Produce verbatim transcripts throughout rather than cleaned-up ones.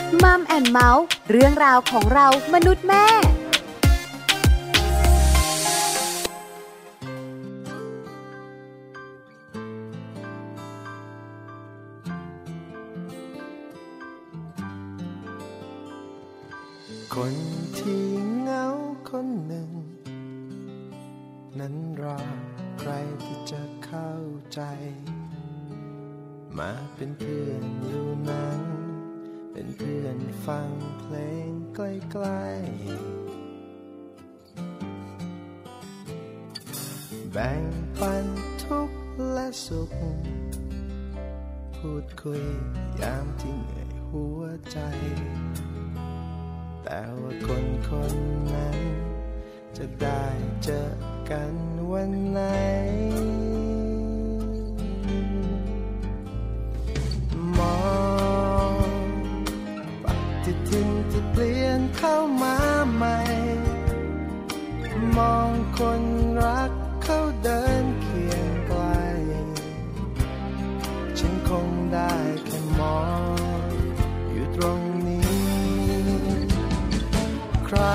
มัมแอนด์เมาส์เรื่องราวของเรามนุษย์แม่คนที่เหงาคนหนึ่งนั้นรอใครที่จะเข้าใจมาเป็นเพื่อนอยู่นั้นเป็นเพื่อนฟังเพลงใกล้ๆแบ่งปันทุกข์และสุขพูดคุยยามที่เหนื่อยหัวใจแต่ว่าคนคนนั้นจะได้เจอกันวันไหนมองปฏิทินที่เปลี่ยนเข้ามาใหม่มองคนรักเขาเดินเคียงไกลฉันคงได้แค่มองอยู่ตรงใคร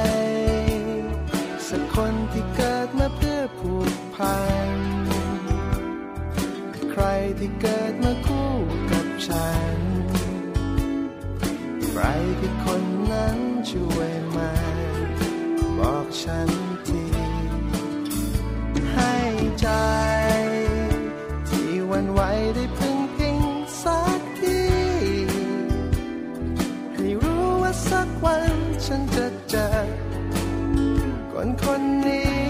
สักคนที่เกิดมาเพื่อผูกพันใครที่เกิดมาคู่กับฉันใครคือคนนั้นช่วยมาบอกฉันทีให้ใจที่หวั่นไหวได้พึ่งพิงสักทีให้รู้ว่าสักวันฉันจะเจอคนคนนี้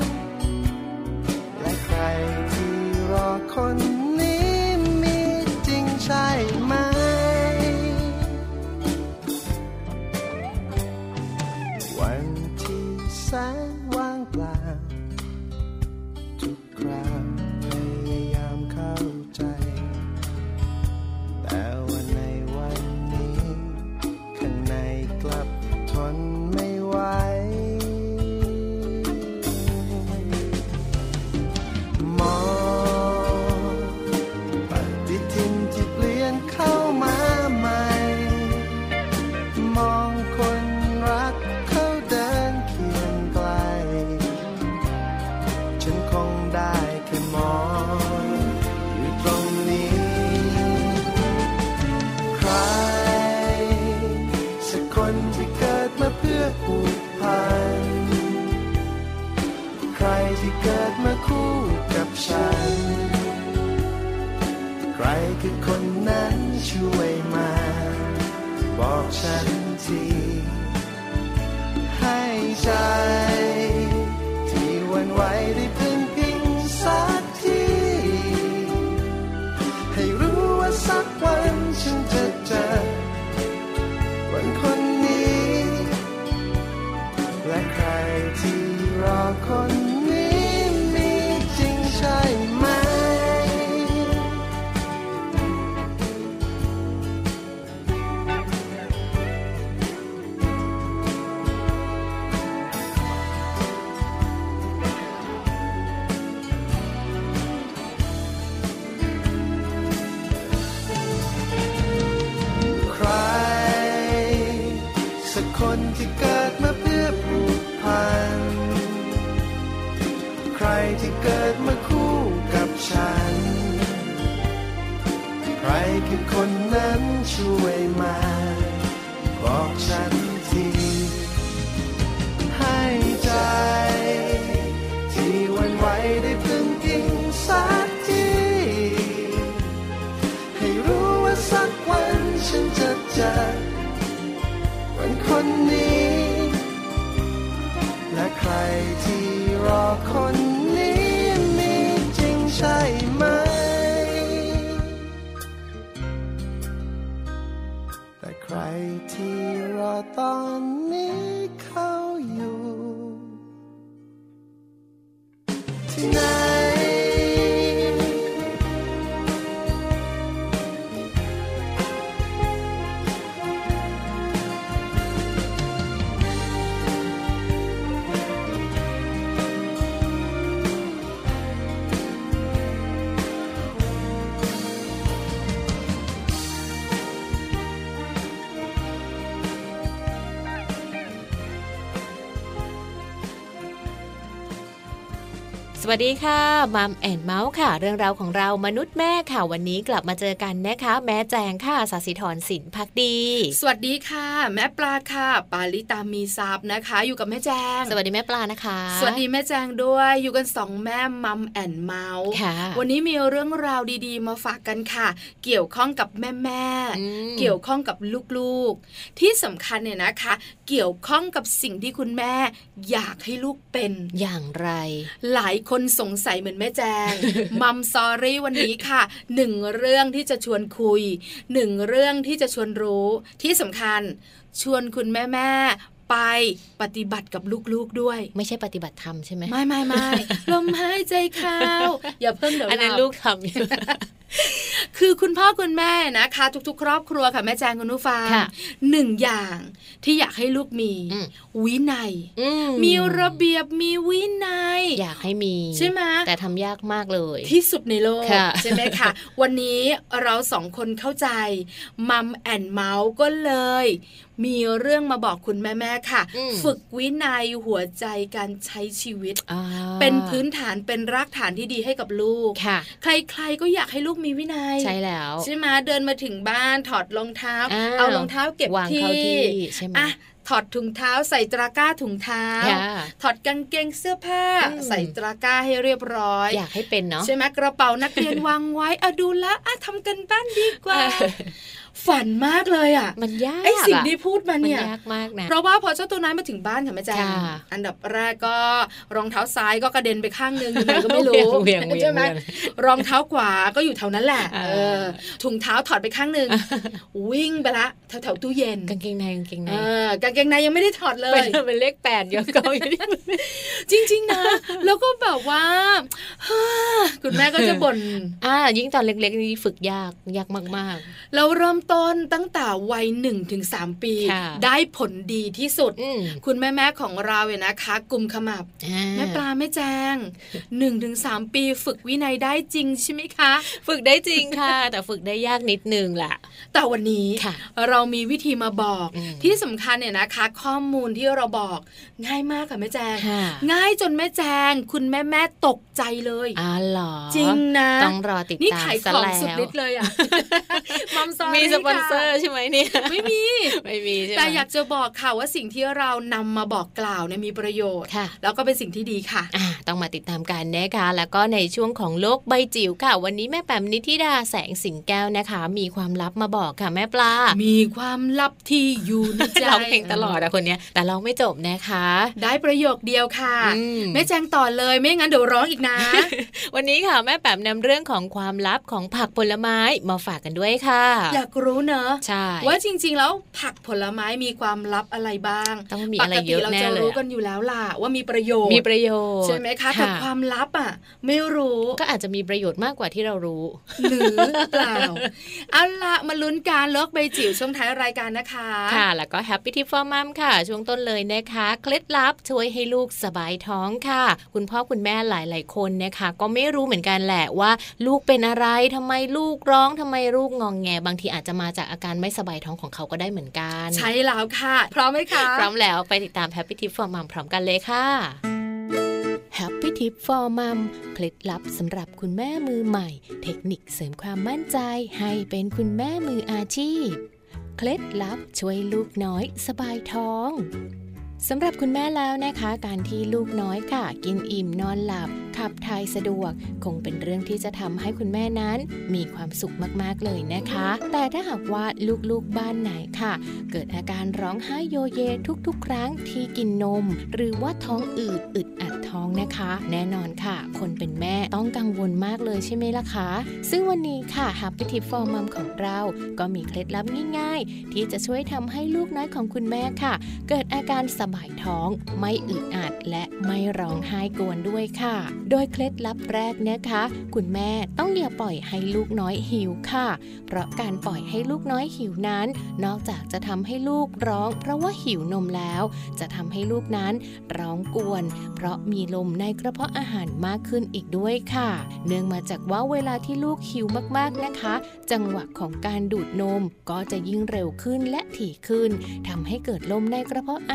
และใครที่รอคนนี้มีจริงใช่ไหมวันที่แสนว่างเปล่าทุกคราวพยายามเข้าใจแต่ว่าในวันนี้ข้างในกลับทนไม่ไหวมองปฏิทินที่เปลี่ยนเข้ามาใหม่มองคนรักเขาเดินเคียงไกลฉันคงได้แค่มองอยู่ตรงนี้ใครสักคนที่เกิดมาเพื่อผูกพันใครที่เกิดมาคู่กับฉันใครคือคนนั้นช่วยมาบอกฉันทีให้ใจที่หวั่นไหวได้พึ่งพิงสักทีให้รู้ว่าสักวันฉันจะเจอคนคนนี้และใครที่รอคนนี้มีจริงใช่ไหมใครสักคนที่เกิดมาเพื่อผูกพันใครที่เกิดมาคู่กับฉันใครคือคนนั้นช่วยมาบอกฉันทีให้ใจที่หวั่นไหวได้พึ่งพิงสักทีให้รู้ว่าสักวันฉันจะเจอคนคนนี้และใครที่รอคนนี้มีจริงใช่ไหมแต่ใครที่รอตอนนี้เขาอยู่ที่ไหนสวัสดีค่ะมัมแอนเมาส์ค่ะเรื่องราวของเรามนุษย์แม่ค่ะวันนี้กลับมาเจอกันนะคะแม่แจงค่ะศศิธรสินภักดีสวัสดีค่ะแม่ปลาค่ะปาลิตามีซับนะคะอยู่กับแม่แจงสวัสดีแม่ปลานะคะสวัสดีแม่แจงด้วยอยู่กันสองแม่มัมแอนเมาส์วันนี้มีเรื่องราวดีๆมาฝากกันค่ะเกี่ยวข้องกับแม่แม่เกี่ยวข้องกับลูกๆที่สำคัญเนี่ยนะคะเกี่ยวข้องกับสิ่งที่คุณแม่อยากให้ลูกเป็นอย่างไรหลายคนสงสัยเหมือนแม่แจง มัมซอรี่วันนี้ค่ะหนึ่งเรื่องที่จะชวนคุยหนึ่งเรื่องที่จะชวนรู้ที่สำคัญชวนคุณแม่แม่ไปปฏิบัติกับลูกๆด้วยไม่ใช่ปฏิบัติธรรมใช่ไหมไม่ไม่ไม่ลมหายใจเข้าอย่าเพิ่งเดี๋ยวอันนั้นลูกทำอยู่คือคุณพ่อคุณแม่นะคะทุกๆครอบครัวค่ะแม่แจงคุณผู้ฟังหนึ่งอย่างที่อยากให้ลูกมีวินัยมีระเบียบมีวินัยอยากให้มีใช่ไหมแต่ทำยากมากเลยที่สุดในโลกใช่ไหมคะวันนี้เราสองคนเข้าใจมัมแอนเมาส์ก็เลยมีเรื่องมาบอกคุณแม่ๆค่ะฝึกวินัยหัวใจการใช้ชีวิตเป็นพื้นฐานเป็นรากฐานที่ดีให้กับลูกใครๆก็อยากให้ลูกมีวินัยใช่แล้วใช่ไหมเดินมาถึงบ้านถอดรองเท้าเอารองเท้าเก็บที่ใช่ไหมอ่ะถอดถุงเท้าใส่ตะกร้าถุงเท้าถอดกางเกงเสื้อผ้าใส่ตะกร้าให้เรียบร้อยอยากให้เป็นเนาะใช่ไหมกระเป๋านักเรียนวางไว้อะดูแลอะทำกันบ้านดีกว่าฝันมากเลยอ่ะมันยากไอ้สิ่งที่พูดมาเนี่ยยากมากนะเพราะว่าพอเจ้าตัวนั้นมาถึงบ้านค่ะแม่แจงอันดับแรกก็รองเท้าซ้ายก็กระเด็นไปข้างนึงอยู่ไหนก็ไม่รู้ใช่ไหมรองเท้าขวาก็อยู่แถวนั้นแหละถุงเท้าถอดไปข้างนึงวิ่งไปละแถวๆตู้เย็นกางเกงในกางเกงในกางเกงในยังไม่ได้ถอดเลยเป็นเลขแปดยังกองอยู่จริงๆนะแล้วก็แบบว่าคุณแม่ก็จะบ่นอ่ายิ่งตอนเล็กๆนี่ฝึกยากยากมากๆแล้วเริ่มต้นตั้งแต่วัย หนึ่งถึงสาม ปีได้ผลดีที่สุดคุณแม่ๆของเราเนี่ยนะคะกุมขมับแม่ปลาแม่แจง หนึ่งถึงสาม ปีฝึกวินัยได้จริงใช่ไหมคะฝึกได้จริงค่ะแต่ฝึกได้ยากนิดนึงแหละแต่วันนี้เรามีวิธีมาบอกที่สำคัญเนี่ยนะคะข้อมูลที่เราบอกง่ายมากค่ะแม่แจงง่ายจนแม่แจงคุณแม่แม่ตกใจเลยอ๋อเหรอจริงนะต้องรอติดตามนี่ขายของสุดฤทธิ์เลยอ่ะมัมซอรี่มีสปอนเซอร์ใช่ไหมเนี่ยไม่มีไม่มีใช่ไหมแต่อยากจะบอกค่ะว่าสิ่งที่เรานำมาบอกกล่าวเนี่ยมีประโยชน์แล้วก็เป็นสิ่งที่ดีค่ะอ่าต้องมาติดตามกันนะคะแล้วก็ในช่วงของโลกใบจิ๋วค่ะวันนี้แม่แปมนิธิดาแสงสิงแก้วนะคะมีความลับมาบอกค่ะแม่ปลามีความลับที่อยู่ในใจร้องเพลงตลอดอะคนเนี้ยแต่ร้องไม่จบนะคะได้ประโยคเดียวค่ะแม่แจงต่อเลยไม่งั้นเดี๋ยวร้องอีกนะวันนี้ค่ะแม่แปมนำเรื่องของความลับของผักผลไม้มาฝากกันด้วยค่ะอยากรู้เนอะใช่ว่าจริงๆแล้วผักผลไม้มีความลับอะไรบ้างต้องมีอะไรเยอะแน่เลยปกติเราจะรู้กันอยู่แล้วล่ะว่ามีประโยชน์มีประโยชน์ใช่ไหมคะแต่ความลับอ่ะไม่รู้ก็อาจจะมีประโยชน์มากกว่าที่เรารู้หรือเปล่าเอาล่ะมาลุ้นการเลิกใบจิ๋วช่วงท้ายรายการนะคะค่ะแล้วก็ Happy Tip for Mom ค่ะช่วงต้นเลยนะคะเคล็ดลับช่วยให้ลูกสบายท้องค่ะคุณพ่อคุณแม่หลายๆคนนะคะก็ไม่รู้เหมือนกันแหละว่าลูกเป็นอะไรทำไมลูกร้องทำไมลูกงองแงบางทีอาจจะมาจากอาการไม่สบายท้องของเขาก็ได้เหมือนกันใช่แล้วค่ะพร้อมไหมคะพร้อมแล้วไปติดตาม Happy Tip for Mom พร้อมกันเลยค่ะ Happy Tip for Mom เคล็ดลับสำหรับคุณแม่มือใหม่เทคนิคเสริมความมั่นใจให้เป็นคุณแม่มืออาชีพเคล็ดลับช่วยลูกน้อยสบายท้องสำหรับคุณแม่แล้วนะคะการที่ลูกน้อยค่ะกินอิ่มนอนหลับขับถ่ายสะดวกคงเป็นเรื่องที่จะทำให้คุณแม่นั้นมีความสุขมากๆเลยนะคะแต่ถ้าหากว่าลูกๆบ้านไหนค่ะเกิดอาการร้องไห้โยเยทุกๆครั้งที่กินนมหรือว่าท้องอืดอึดอัดท้องนะคะแน่นอนค่ะคนเป็นแม่ต้องกังวลมากเลยใช่ไหมล่ะคะซึ่งวันนี้ค่ะ Happy Tip for Mom ของเราก็มีเคล็ดลับง่ายๆที่จะช่วยทำให้ลูกน้อยของคุณแม่ค่ะเกิดอาการสบายท้องไม่อึดอัดและไม่ร้องไห้กวนด้วยค่ะโดยเคล็ดลับแรกนะคะคุณแม่ต้องอย่าปล่อยให้ลูกน้อยหิวค่ะเพราะการปล่อยให้ลูกน้อยหิวนั้นนอกจากจะทำให้ลูกร้องเพราะว่าหิวนมแล้วจะทำให้ลูกนั้นร้องกวนเพราะมีลมในกระเพาะอาหารมากขึ้นอีกด้วยค่ะเนื่องมาจากว่าเวลาที่ลูกหิวมากๆนะคะจังหวะของการดูดนมก็จะยิ่งเร็วขึ้นและถี่ขึ้นทำให้เกิดลมในกระเพาะอาหารได้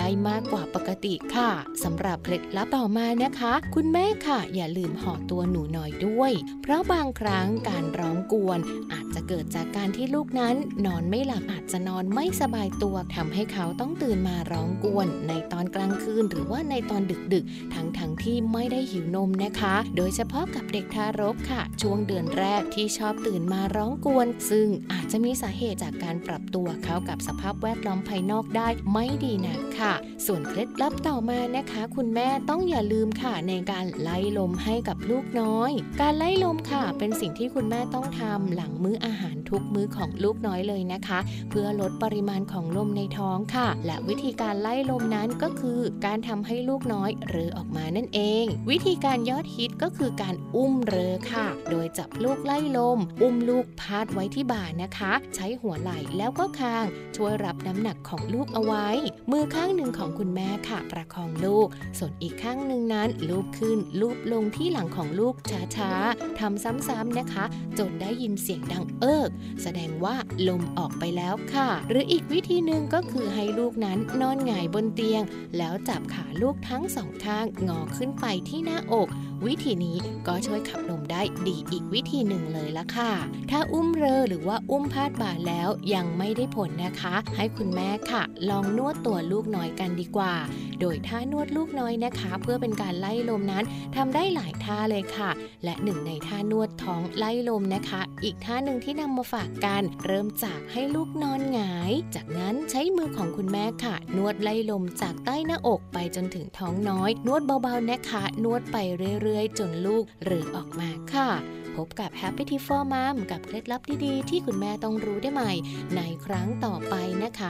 ได้มากกว่าปกติค่ะสำหรับเคล็ดลับต่อมานะคะคุณแม่ค่ะอย่าลืมห่อตัวหนูน้อยด้วยเพราะบางครั้งการร้องกวนอาจจะเกิดจากการที่ลูกนั้นนอนไม่หลับอาจจะนอนไม่สบายตัวทำให้เขาต้องตื่นมาร้องกวนในตอนกลางคืนหรือว่าในตอนดึกๆทั้งๆ ทั้งที่ไม่ได้หิวนมนะคะโดยเฉพาะกับเด็กทารกค่ะช่วงเดือนแรกที่ชอบตื่นมาร้องกวนซึ่งอาจจะมีสาเหตุจากการปรับตัวเข้ากับสภาพแวดล้อมภายนอกได้ไม่ดีนักค่ะส่วนเคล็ดลับต่อมานะคะคุณแม่ต้องอย่าลืมค่ะในการไล่ลมให้กับลูกน้อยการไล่ลมค่ะเป็นสิ่งที่คุณแม่ต้องทำหลังมื้ออาหารทุกมื้อของลูกน้อยเลยนะคะเพื่อลดปริมาณของลมในท้องค่ะและวิธีการไล่ลมนั้นก็คือการทำให้ลูกน้อยเรอออกมานั่นเองวิธีการยอดฮิตก็คือการอุ้มเรอค่ะโดยจับลูกไล่ลมอุ้มลูกพาดไว้ที่บ่านะคะใช้หัวไหล่แล้วก็คางช่วยรับน้ำหนักของลูกเอาไว้มือข้างหนึ่งของคุณแม่ค่ะประคองลูกส่วนอีกข้างหนึ่งนั้นลูบขึ้นลูบลงที่หลังของลูกช้าๆทำซ้ำๆนะคะจนได้ยินเสียงดังเอิกแสดงว่าลมออกไปแล้วค่ะหรืออีกวิธีหนึ่งก็คือให้ลูกนั้นนอนหงายบนเตียงแล้วจับขาลูกทั้งสองข้างงอขึ้นไปที่หน้าอกวิธีนี้ก็ช่วยขับลมได้ดีอีกวิธีหนึ่งเลยละค่ะถ้าอุ้มเรอหรือว่าอุ้มพาดบ่าแล้วยังไม่ได้ผลนะคะให้คุณแม่ค่ะลองนวดตัวลูกน้อยกันดีกว่าโดยท่านวดลูกน้อยนะคะเพื่อเป็นการไล่ลมนั้นทำได้หลายท่าเลยค่ะและหนึ่งในท่านวดท้องไล่ลมนะคะอีกท่าหนึ่งที่นำมาฝากกันเริ่มจากให้ลูกนอนหงายจากนั้นใช้มือของคุณแม่ค่ะนวดไล่ลมจากใต้หน้าอกไปจนถึงท้องน้อยนวดเบาๆนะคะนวดไปเรื่อยๆจนลูกเรือออกมาค่ะพบกับ Happy Tip for Mom กับเคล็ดลับดีๆที่คุณแม่ต้องรู้ได้ใหม่ในครั้งต่อไปนะคะ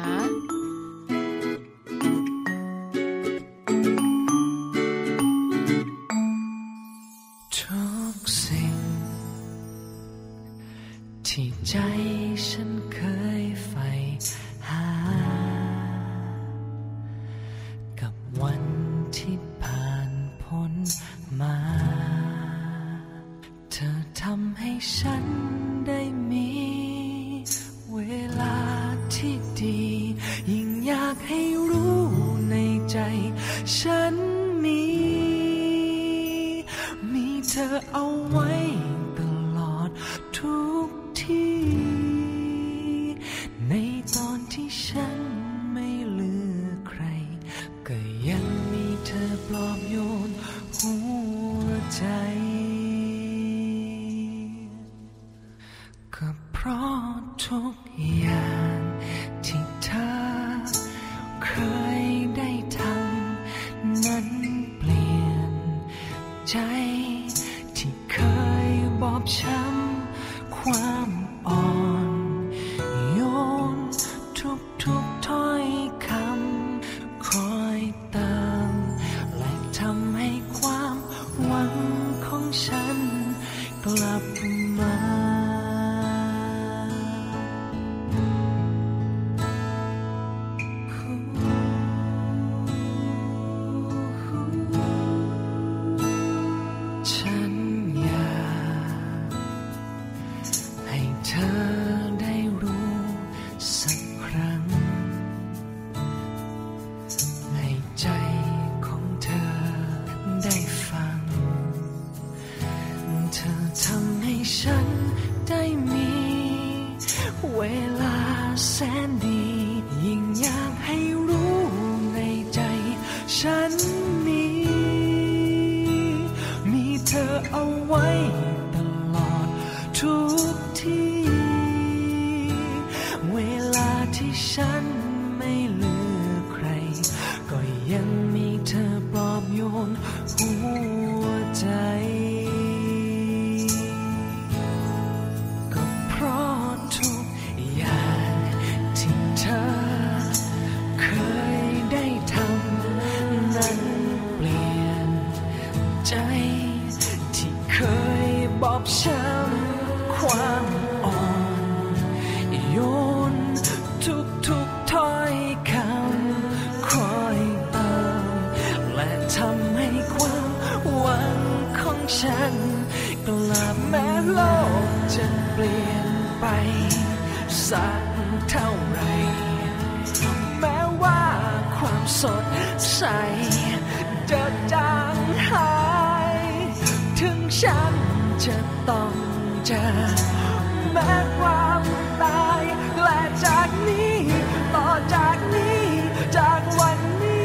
ทุกสิ่งที่ใจฉันเคยใฝ่หากับวันที่ผ่านพ้นมาเธอทำให้ฉันได้มีเวลาที่ดียิ่งอยากให้รู้ในใจฉันมีมีเธอเอาไว้ตลอดทุกที่ในตอนที่ฉันไม่เหลือใครก็ยังมีเธอปลอบโยนหัวใจก็เพราะทุกอย่างที่เธอเคยได้ทำนั้นเปลี่ยนใจที่เคยบอบช้ำความอ่อนโยนทุกทุกถ้อยคำคอยเติมและทำให้ความหวังของฉันกลับมาฉันอยากให้เธอได้รู้สักครั้งให้ใจของเธอได้ฟังเธอทำให้ฉันได้มีเวลาแสนดียิ่งอยากให้รู้ในใจฉันมีมีเธอเอาไว้ตลอดทุกที่เวลาที่ฉันไม่เหลือใครก็ยังมีเธอปลอบโยนหัวใจก็เพราะทุกอย่างที่เธอเคยได้ทำนั้นเปลี่ยนใจที่เคยบอบช้ำความอ่อนโยนทุกทุกถ้อยคำคอยเติมและทำให้ความหวังของฉันกลับแม้โลกจะเปลี่ยนไปสักเท่าไรสดใสจะจางหายถึงฉันจะต้องเจอแม้ความตายและจากนี้ต่อจากนี้จากวันนี้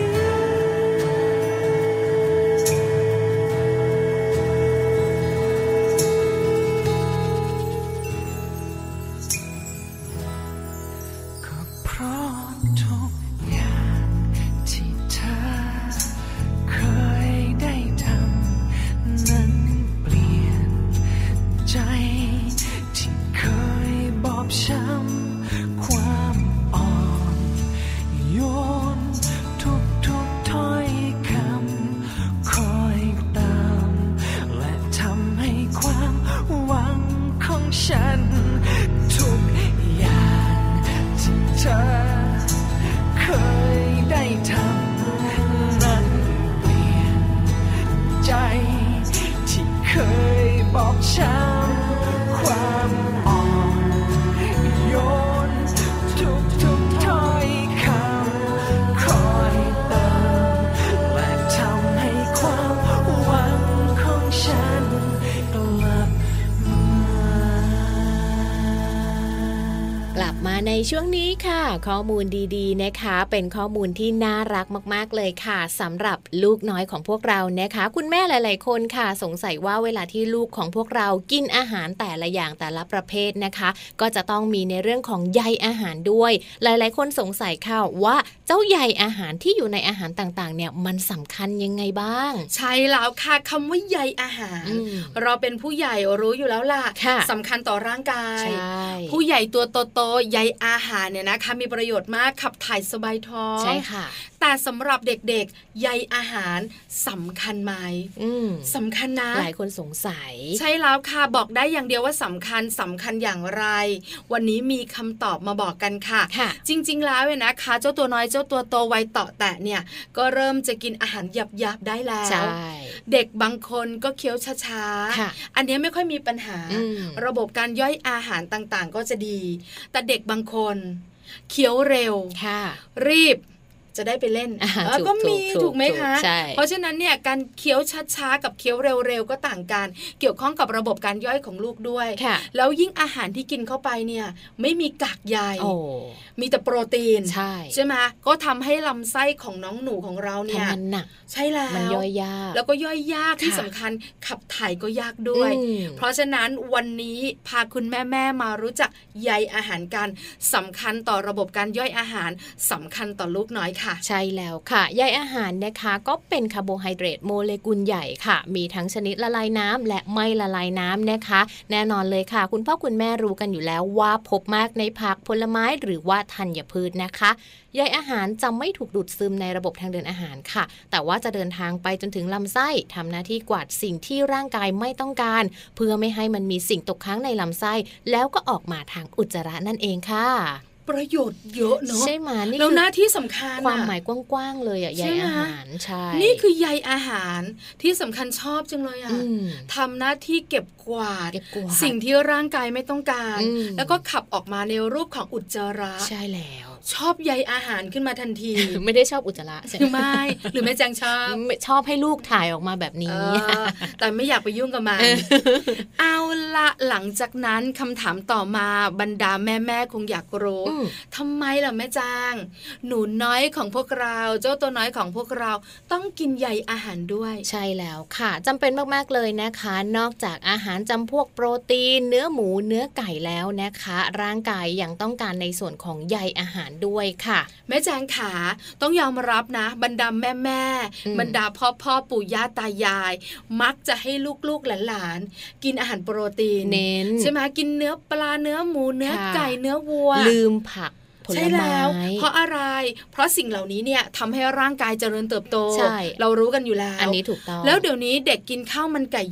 ก็เพราะทุกอย่างที่เธอเคยได้ทำนั้นเปลี่ยนใจที่เคยบอบช้ำความอ่อนโยนทุกทุกถ้อยคำคอยตามและทำให้ความหวังของฉันทุกอย่างที่เธอเคยได้ทำนั้นเปลี่ยนใจที่เคยบอบช้ำความอ่อนโยนทุกทุกถ้อยคำคอยเติมและทำให้ความหวังของฉันกลับมากลับมาในช่วงนี้ค่ะข้อมูลดีๆนะคะเป็นข้อมูลที่น่ารักมากๆเลยค่ะสำหรับลูกน้อยของพวกเรานะคะคุณแม่หลายๆคนค่ะสงสัยว่าเวลาที่ลูกของพวกเรากินอาหารแต่ละอย่างแต่ละประเภทนะคะก็จะต้องมีในเรื่องของใยอาหารด้วยหลายๆคนสงสัยค่ะว่าเจ้าใยอาหารที่อยู่ในอาหารต่างๆเนี่ยมันสำคัญยังไงบ้างใช่แล้วค่ะคำว่าใยอาหารเราเป็นผู้ใหญ่รู้อยู่แล้วล่ะสำคัญต่อร่างกายผู้ใหญ่ตัวโตๆใยอาหารเนี่ยนะคะมีประโยชน์มากขับถ่ายสบายท้องใช่ค่ะแต่สำหรับเด็กๆใยอาหารสำคัญไหมสำคัญนะหลายคนสงสัยใช่แล้วค่ะบอกได้อย่างเดียวว่าสำคัญสำคัญอย่างไรวันนี้มีคำตอบมาบอกกันค่ะจริงๆแล้วเนี่ยนะคะเจ้าตัวน้อยเจ้าตัวโตวัยเตาะแตะเนี่ยก็เริ่มจะกินอาหารหยาบๆได้แล้วเด็กบางคนก็เคี้ยวช้าๆอันนี้ไม่ค่อยมีปัญหาระบบการย่อยอาหารต่างๆก็จะดีแต่เด็กบางคนเคี้ยวเร็วรีบจะได้ไปเล่นก็มีถูกไหมคะเพราะฉะนั้นเนี่ยการเคี้ยวช้าๆกับเคี้ยวเร็วๆก็ต่างกันเกี่ยวข้องกับระบบการย่อยของลูกด้วยแล้วยิ่งอาหารที่กินเข้าไปเนี่ยไม่มีกากใยมีแต่โปรตีนใช่ใช่ไหมก็ทำให้ลำไส้ของน้องหนูของเราเนี่ยมันหนักใช่แล้วมันย่อยยากแล้วก็ย่อยยากที่สำคัญขับถ่ายก็ยากด้วยเพราะฉะนั้นวันนี้พาคุณแม่ๆมารู้จักใยอาหารกันสำคัญต่อระบบการย่อยอาหารสำคัญต่อลูกน้อยใช่แล้วค่ะใยอาหารนะคะก็เป็นคาร์โบไฮเดรตโมเลกุลใหญ่ค่ะมีทั้งชนิดละลายน้ำและไม่ละลายน้ำนะคะแน่นอนเลยค่ะคุณพ่อคุณแม่รู้กันอยู่แล้วว่าพบมากในผักผลไม้หรือว่าธัญพืชนะคะใยอาหารจะไม่ถูกดูดซึมในระบบทางเดินอาหารค่ะแต่ว่าจะเดินทางไปจนถึงลำไส้ทำหน้าที่กวาดสิ่งที่ร่างกายไม่ต้องการเพื่อไม่ให้มันมีสิ่งตกค้างในลำไส้แล้วก็ออกมาทางอุจจาระนั่นเองค่ะประโยชน์เยอะเนาะใช่ไหมนี่แล้วหน้าที่สำคัญความหมายกว้างๆเลยอ่ะใยอาหารใช่นี่คือใยอาหารที่สำคัญชอบจังเลยอ่ะทำหน้าที่เก็บกวาดสิ่งที่ร่างกายไม่ต้องการแล้วก็ขับออกมาในรูปของอุจจาระใช่แล้วชอบใยอาหารขึ้นมาทันทีไม่ได้ชอบอุจจาระใช่ไหมไม่หรือแม่แจงชอบชอบให้ลูกถ่ายออกมาแบบนี้แต่ไม่อยากไปยุ่งกับมันเอาละหลังจากนั้นคำถามต่อมาบรรดาแม่ๆคงอยากรู้ทำไมล่ะแม่จางหนูน้อยของพวกเราเจ้าตัวน้อยของพวกเราต้องกินใยอาหารด้วยใช่แล้วค่ะจำเป็นมากๆเลยนะคะนอกจากอาหารจำพวกโปรตีนเนื้อหมูเนื้อไก่แล้วนะคะร่างกายยังต้องการในส่วนของใยอาหารด้วยค่ะแม่แจงขาต้องยอมรับนะบรรดาแม่แม่บรรดาพ่อพ่อปู่ย่าตายายมักจะให้ลูกๆหลานๆกินอาหารโปรตีนเน้นใช่ไหมกินเนื้อปลาเนื้อหมูเนื้อไก่เนื้อวัวลืมผักใช่แล้วเพราะอะไรเพราะสิ่งเหล่านี้เนี่ยทำให้ร่างกายเจริญเติบโตเรารู้กันอยู่แล้วอันนี้ถูกต้องแล้วเดี๋ยวนี้เด็กกินข้าวมันไก่เยอะ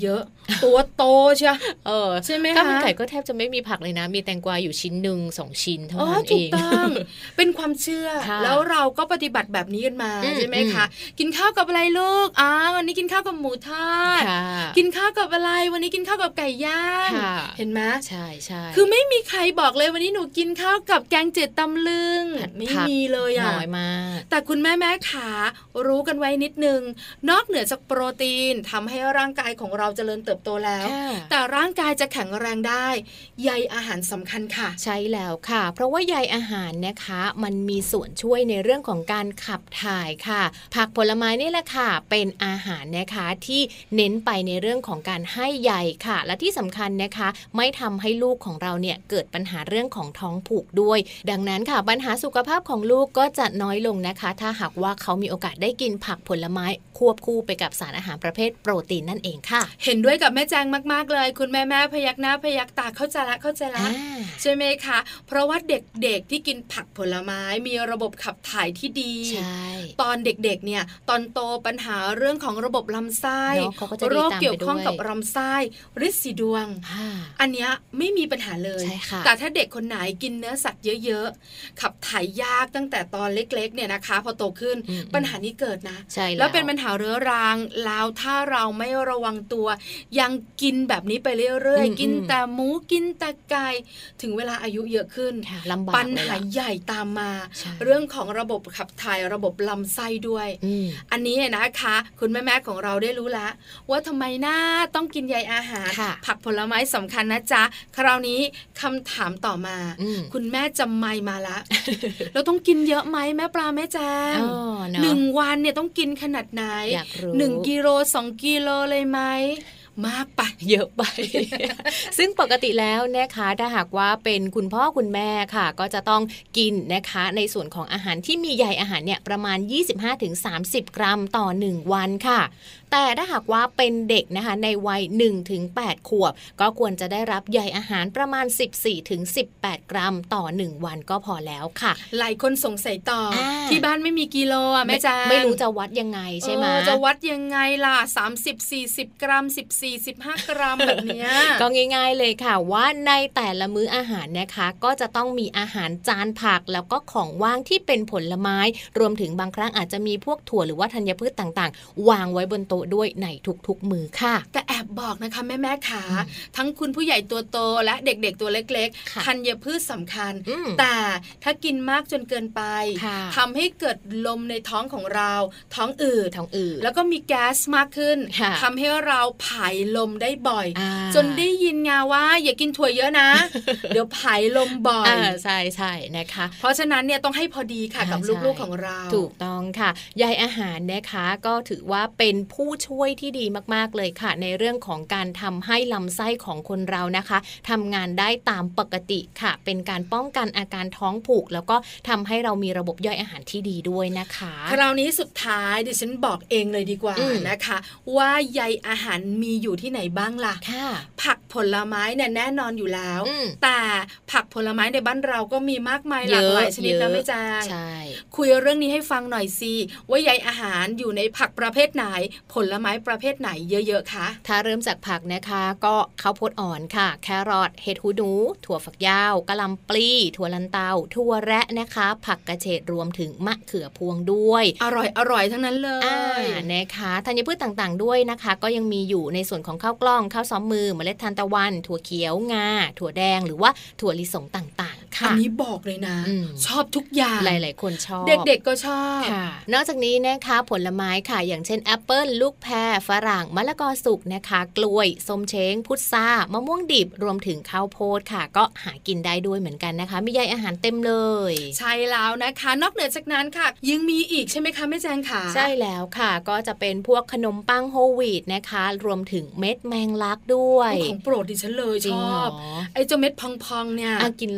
ตัวโตเชียวเออใช่ไหมคะข้าวมันไก่ก็แทบจะไม่มีผักเลยนะมีแตงกวาอยู่ชิ้นหนึ่งสองชิ้นเท่านั้นเองถูกต้องเป็นความเชื่อแล้วเราก็ปฏิบัติแบบนี้กันมาใช่ไหมคะกินข้าวกับอะไรลูกอ๋อวันนี้กินข้าวกับหมูทอดกินข้าวกับอะไรวันนี้กินข้าวกับไก่ย่างเห็นไหมใช่ใช่คือไม่มีใครบอกเลยวันนี้หนูกินข้าวกับแกงจืดตำลึงไม่มีเลยอ่ะน้อยมากแต่คุณแม่แม่ขารู้กันไว้นิดนึงนอกเหนือจากโปรตีนทำให้ร่างกายของเราเจริญเติบโตแล้วแต่ร่างกายจะแข็งแรงได้ใยอาหารสำคัญค่ะใช่แล้วค่ะเพราะว่าใยอาหารนะคะมันมีส่วนช่วยในเรื่องของการขับถ่ายค่ะผักผลไม้นี่แหละค่ะเป็นอาหารนะคะที่เน้นไปในเรื่องของการให้ใยค่ะและที่สำคัญนะคะไม่ทำให้ลูกของเราเนี่ยเกิดปัญหาเรื่องของท้องผูกด้วยดังนั้นค่ะปัญหาสุขภาพของลูกก็จะน้อยลงนะคะถ้าหากว่าเขามีโอกาสได้กินผักผลไม้ควบคู่ไปกับสารอาหารประเภทโปรตีนนั่นเองค่ะเห็นด้วยกับแม่แจงมากๆเลยคุณแม่แม่พยักหน้าพยักตาเข้าใจละเข้าใจละใช่ไหมคะเพราะว่าเด็กๆที่กินผักผลไม้มีระบบขับถ่ายที่ดีตอนเด็กๆเนี่ยตอนโตปัญหาเรื่องของระบบลำไส้โรคเกี่ยวข้องกับลำไส้ฤทธิ์สีดวงอันเนี้ยไม่มีปัญหาเลยแต่ถ้าเด็กคนไหนกินเนื้อสัตว์เยอะๆขับถ่ายยากตั้งแต่ตอนเล็กๆเนี่ยนะคะพอโตขึ้นปัญหานี้เกิดนะแล้วเป็นปัญหาเรื้อรังแล้วถ้าเราไม่ระวังตัวยังกินแบบนี้ไปเรื่อยๆกินแต่หมูกินแต่ไก่ถึงเวลาอายุเยอะขึ้นปัญหาใหญ่ตามมาเรื่องของระบบขับถ่ายระบบลำไส้ด้วยอันนี้นะคะคุณแม่ๆของเราได้รู้แล้วว่าทำไมน่าต้องกินใยอาหารผักผลไม้สำคัญนะจ๊ะคราวนี้คำถามต่อมาคุณแม่จำไม่มาละเราต้องกินเยอะไหมแม่ปลาแม่แจงหนึ่งวันเนี่ยต้องกินขนาดไหนหนึ่งกิโลสองกิโลเลยไหมมากไปเยอะไป ซึ่งปกติแล้วนะคะถ้าหากว่าเป็นคุณพ่อคุณแม่ค่ะก็จะต้องกินนะคะในส่วนของอาหารที่มีใยอาหารเนี่ยประมาณ ยี่สิบห้าถึงสามสิบ กรัมต่อหนึ่งวันค่ะแต่ถ้าหากว่าเป็นเด็กนะคะในวัย หนึ่งถึงแปด ขวบก็ควรจะได้รับใยอาหารประมาณ สิบสี่ถึงสิบแปด กรัมต่อหนึ่งวันก็พอแล้วค่ะหลายคนสงสัยต่อที่บ้านไม่มีกิโลอ่ะแม่จ๋าไม่รู้จะวัดยังไงใช่ไหมจะวัดยังไงล่ะสามสิบ สี่สิบ กรัมสิบสี่ สิบห้ากรัมแบบเนี้ยก็ง่ายๆเลยค่ะว่าในแต่ละมื้ออาหารนะคะก็จะต้องมีอาหารจานผักแล้วก็ของว่างที่เป็นผลไม้รวมถึงบางครั้งอาจจะมีพวกถั่วหรือว่าธัญพืชต่างๆวางไว้บนโต๊ะด้วยในทุกๆมื้อค่ะแต่แอบบอกนะคะแม่ๆขาทั้งคุณผู้ใหญ่ตัวโตและเด็กๆตัวเล็กๆธัญพืชสำคัญแต่ถ้ากินมากจนเกินไปทำให้เกิดลมในท้องของเราท้องอืดท้องอืดแล้วก็มีแก๊สมากขึ้นทำให้เราผายลมได้บ่อยจนได้ยินงาว่าอย่ากินถั่วเยอะนะ เดี๋ยวผายลมบ่อยใช่ใช่นะคะเพราะฉะนั้นเนี่ยต้องให้พอดีค่ะกับลูกๆของเราถูกต้องค่ะใยอาหารนะคะก็ถือว่าเป็นผู้ช่วยที่ดีมากๆเลยค่ะในเรื่องของการทำให้ลำไส้ของคนเรานะคะทำงานได้ตามปกติค่ะเป็นการป้องกันอาการท้องผูกแล้วก็ทำให้เรามีระบบย่อยอาหารที่ดีด้วยนะคะคราวนี้สุดท้ายดิฉันบอกเองเลยดีกว่านะคะว่าใยอาหารมีอยู่ที่ไหนบ้างล่ะผักผลไม้เนี่ยแน่นอนอยู่แล้วแต่ผักผลไม้ในบ้านเราก็มีมากมายหลากหลายชนิดนะแม่จางคุยเรื่องนี้ให้ฟังหน่อยสิว่าใยอาหารอยู่ในผักประเภทไหนผลไม้ประเภทไหนเยอะๆคะถ้าเริ่มจากผักนะคะก็ข้าวโพดอ่อนค่ะแครอทเห็ดหูหนูถั่วฝักยาวกะหล่ำปลีถั่วลันเตาถั่วแระนะคะผักกระเฉดรวมถึงมะเขือพวงด้วยอร่อยอร่อยทั้งนั้นเลยนะคะธัญพืชต่างๆด้วยนะคะก็ยังมีอยู่ในส่วนของข้าวกล้องข้าวซ้อมมือเมล็ดทานตะวันถั่วเขียวงาถั่วแดงหรือว่าถั่วลิสงต่างๆค่ะอันนี้บอกเลยนะชอบทุกอย่างหลายๆคนชอบเด็กๆก็ชอบนอกจากนี้นะคะผลไม้ค่ะอย่างเช่นแอปเปิ้ลลูกแพรฝรั่งมะละกอสุกนะคะกล้วยส้มเช้งพุทรามะม่วงดิบรวมถึงข้าวโพดค่ะก็หากินได้ด้วยเหมือนกันนะคะมีใยอาหารเต็มเลยใช่แล้วนะคะนอกเหนือจากนั้นค่ะยังมีอีกใช่ไหมคะแม่แจงค่ะใช่แล้วค่ะก็จะเป็นพวกขนมปังโฮลวีตนะคะรวมถึงเม็ดแมงลักด้วยของโปรดดิฉันเลยชอบไอ้เจ้าเม็ดพองๆเนี่ยกินแล้วลดความ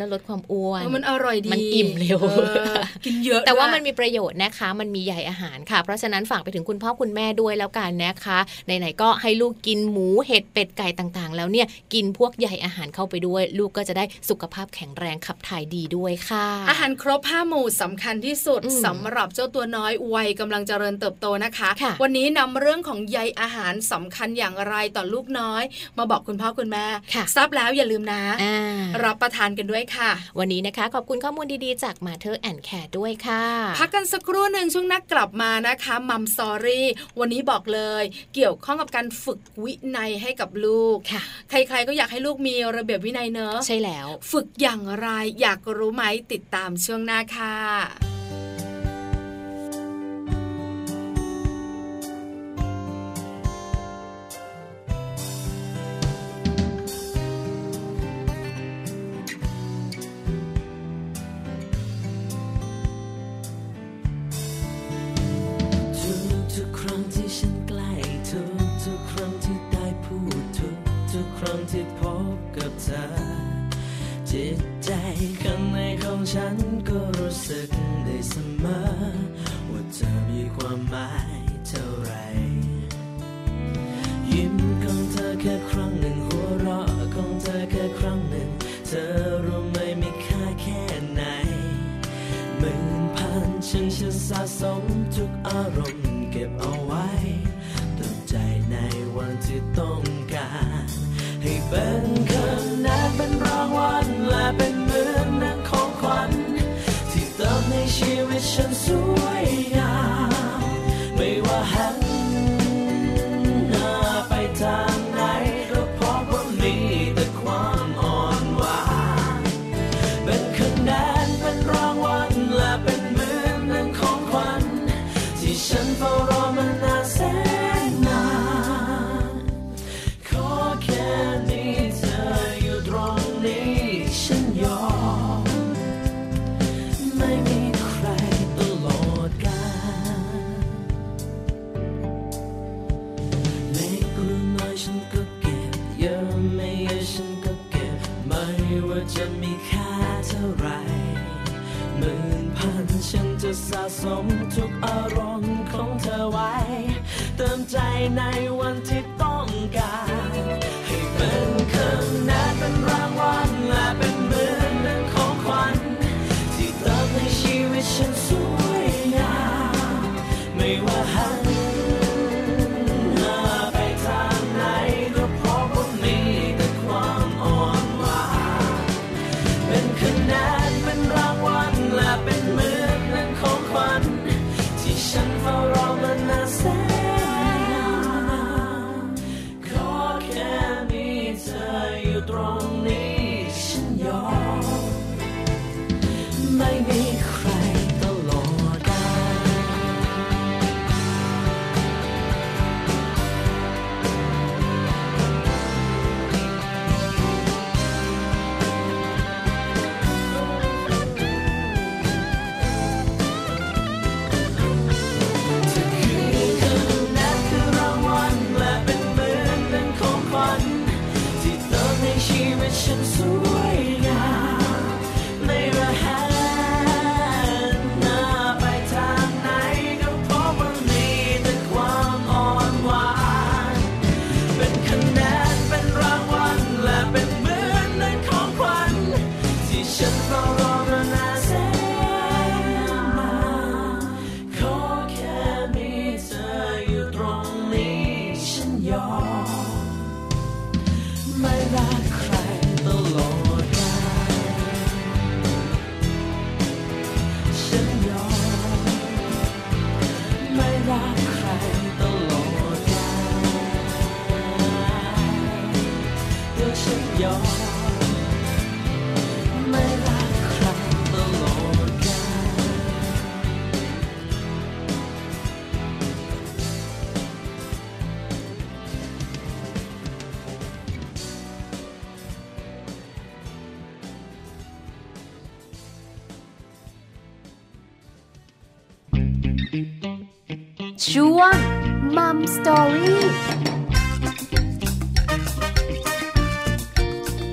อ้วนมันอร่อยดีมันอิ่มเร็วกินเยอะแต่ว่ามันมีประโยชน์นะคะมันมีใยอาหารค่ะเพราะฉะนั้นฝากไปถึงคุณพ่อคุณแม่ด้วยแล้วกันนะคะไหนๆก็ให้ลูกกินหมูเห็ดเป็ดไก่ต่างๆแล้วเนี่ยกินพวกใยอาหารเข้าไปด้วยลูกก็จะได้สุขภาพแข็งแรงขับถ่ายดีด้วยค่ะอาหารครบห้าหมู่สำคัญที่สุดสำหรับเจ้าตัวน้อยวัยกำลังเจริญเติบโตนะคะวันนี้นำเรื่องของใยอาหารสำคัญอย่างไรต่อลูกน้อยมาบอกคุณพ่อคุณแม่ทราบแล้วอย่าลืมนะรับประทานกันด้วยค่ะวันนี้นะคะขอบคุณข้อมูลดีๆจาก Mother แอนด์ Care ด้วยค่ะพักกันสักครู่หนึ่งช่วงนักกลับมานะคะมัมสตอรี่วันนี้บอกเลยเกี่ยวข้องกับการฝึกวินัยให้กับลูกใครๆก็อยากให้ลูกมีระเบียบวินัยเนอะใช่แล้วฝึกอย่างไรอยากรู้ไหมติดตามช่วงหน้าค่ะทุกครั้งที่ฉันใกล้ทุกทุกครั้งที่ได้พูดทุกทุกครั้งที่พบกับเธอจิตใจข้างในของฉันก็รู้สึกได้เสมอว่าเธอมีความหมายเท่าไรยิ้มของเธอแค่ครั้งหนึ่งหัวเราะของเธอแค่ครั้งหนึ่งเธอรู้ไหมมีค่าแค่ไหนหมื่นพันฉันจะสะสมทุกอารมณ์เก็บเอาไว้เติมใจในวันที่ต้องการให้เป็นคำนั้นเป็นรางวัลและเป็นเหมือนนักของขวัญที่เติมในชีวิตฉันสวยงามไม่ว่าหันหน้าไปทางไหนก็พบว่ามีแต่ความอ่อนหวานเป็นคะแนนเป็นรางวัลและเป็นเหมือนนักของขวัญที่ฉันเฝ้ารอมานานแสนนานขอแค่มีเธออยู่ตรงนี้ฉันยอมไม่มีใครตลอดกาลเล็กหรือน้อยฉันก็เก็บเยอะไม่เยอะฉันก็เก็บไม่ว่าจะมีค่าเท่าไรหมื่นพันฉันจะสะสมทุกอารมณ์ของเธอไว้เติมใจในวันที่ต้องการให้เป็นคำนั้นเป็นรางวัลและเป็นเหมือนหนึ่งของขวัญที่เติมในชีวิตฉันสวยงามไม่ว่าหันหน้าไปทางไหนก็พบว่ามีแต่ความอ่อนหวานเป็นคะแนนเป็นรางวัลและเป็นเหมือนหนึ่งของขวัญที่ฉันเฝ้ารอมานานแสนนานขอแค่มีเธออยู่ตรงนี้ฉันยอมไม่มีใครตลอดกาฉันสวยงามไม่ว่าหันหน้าไปทางไหนก็พบว่ามีแต่ความอ่อนหวานเป็นคะแนนเป็นรางวัลและเป็นเหมือนในของขวัญที่ฉันเฝ้ารอมานานแสนนานขอแค่มีเธออยู่ตรงนี้ฉันยอมไม่รักใครตลอดกาลฉันยอมไม่รักใครตลอดกาลเดี๋ยวฉันยอมไม่รักใครตลอดกาลช่วงมัมสตอรี่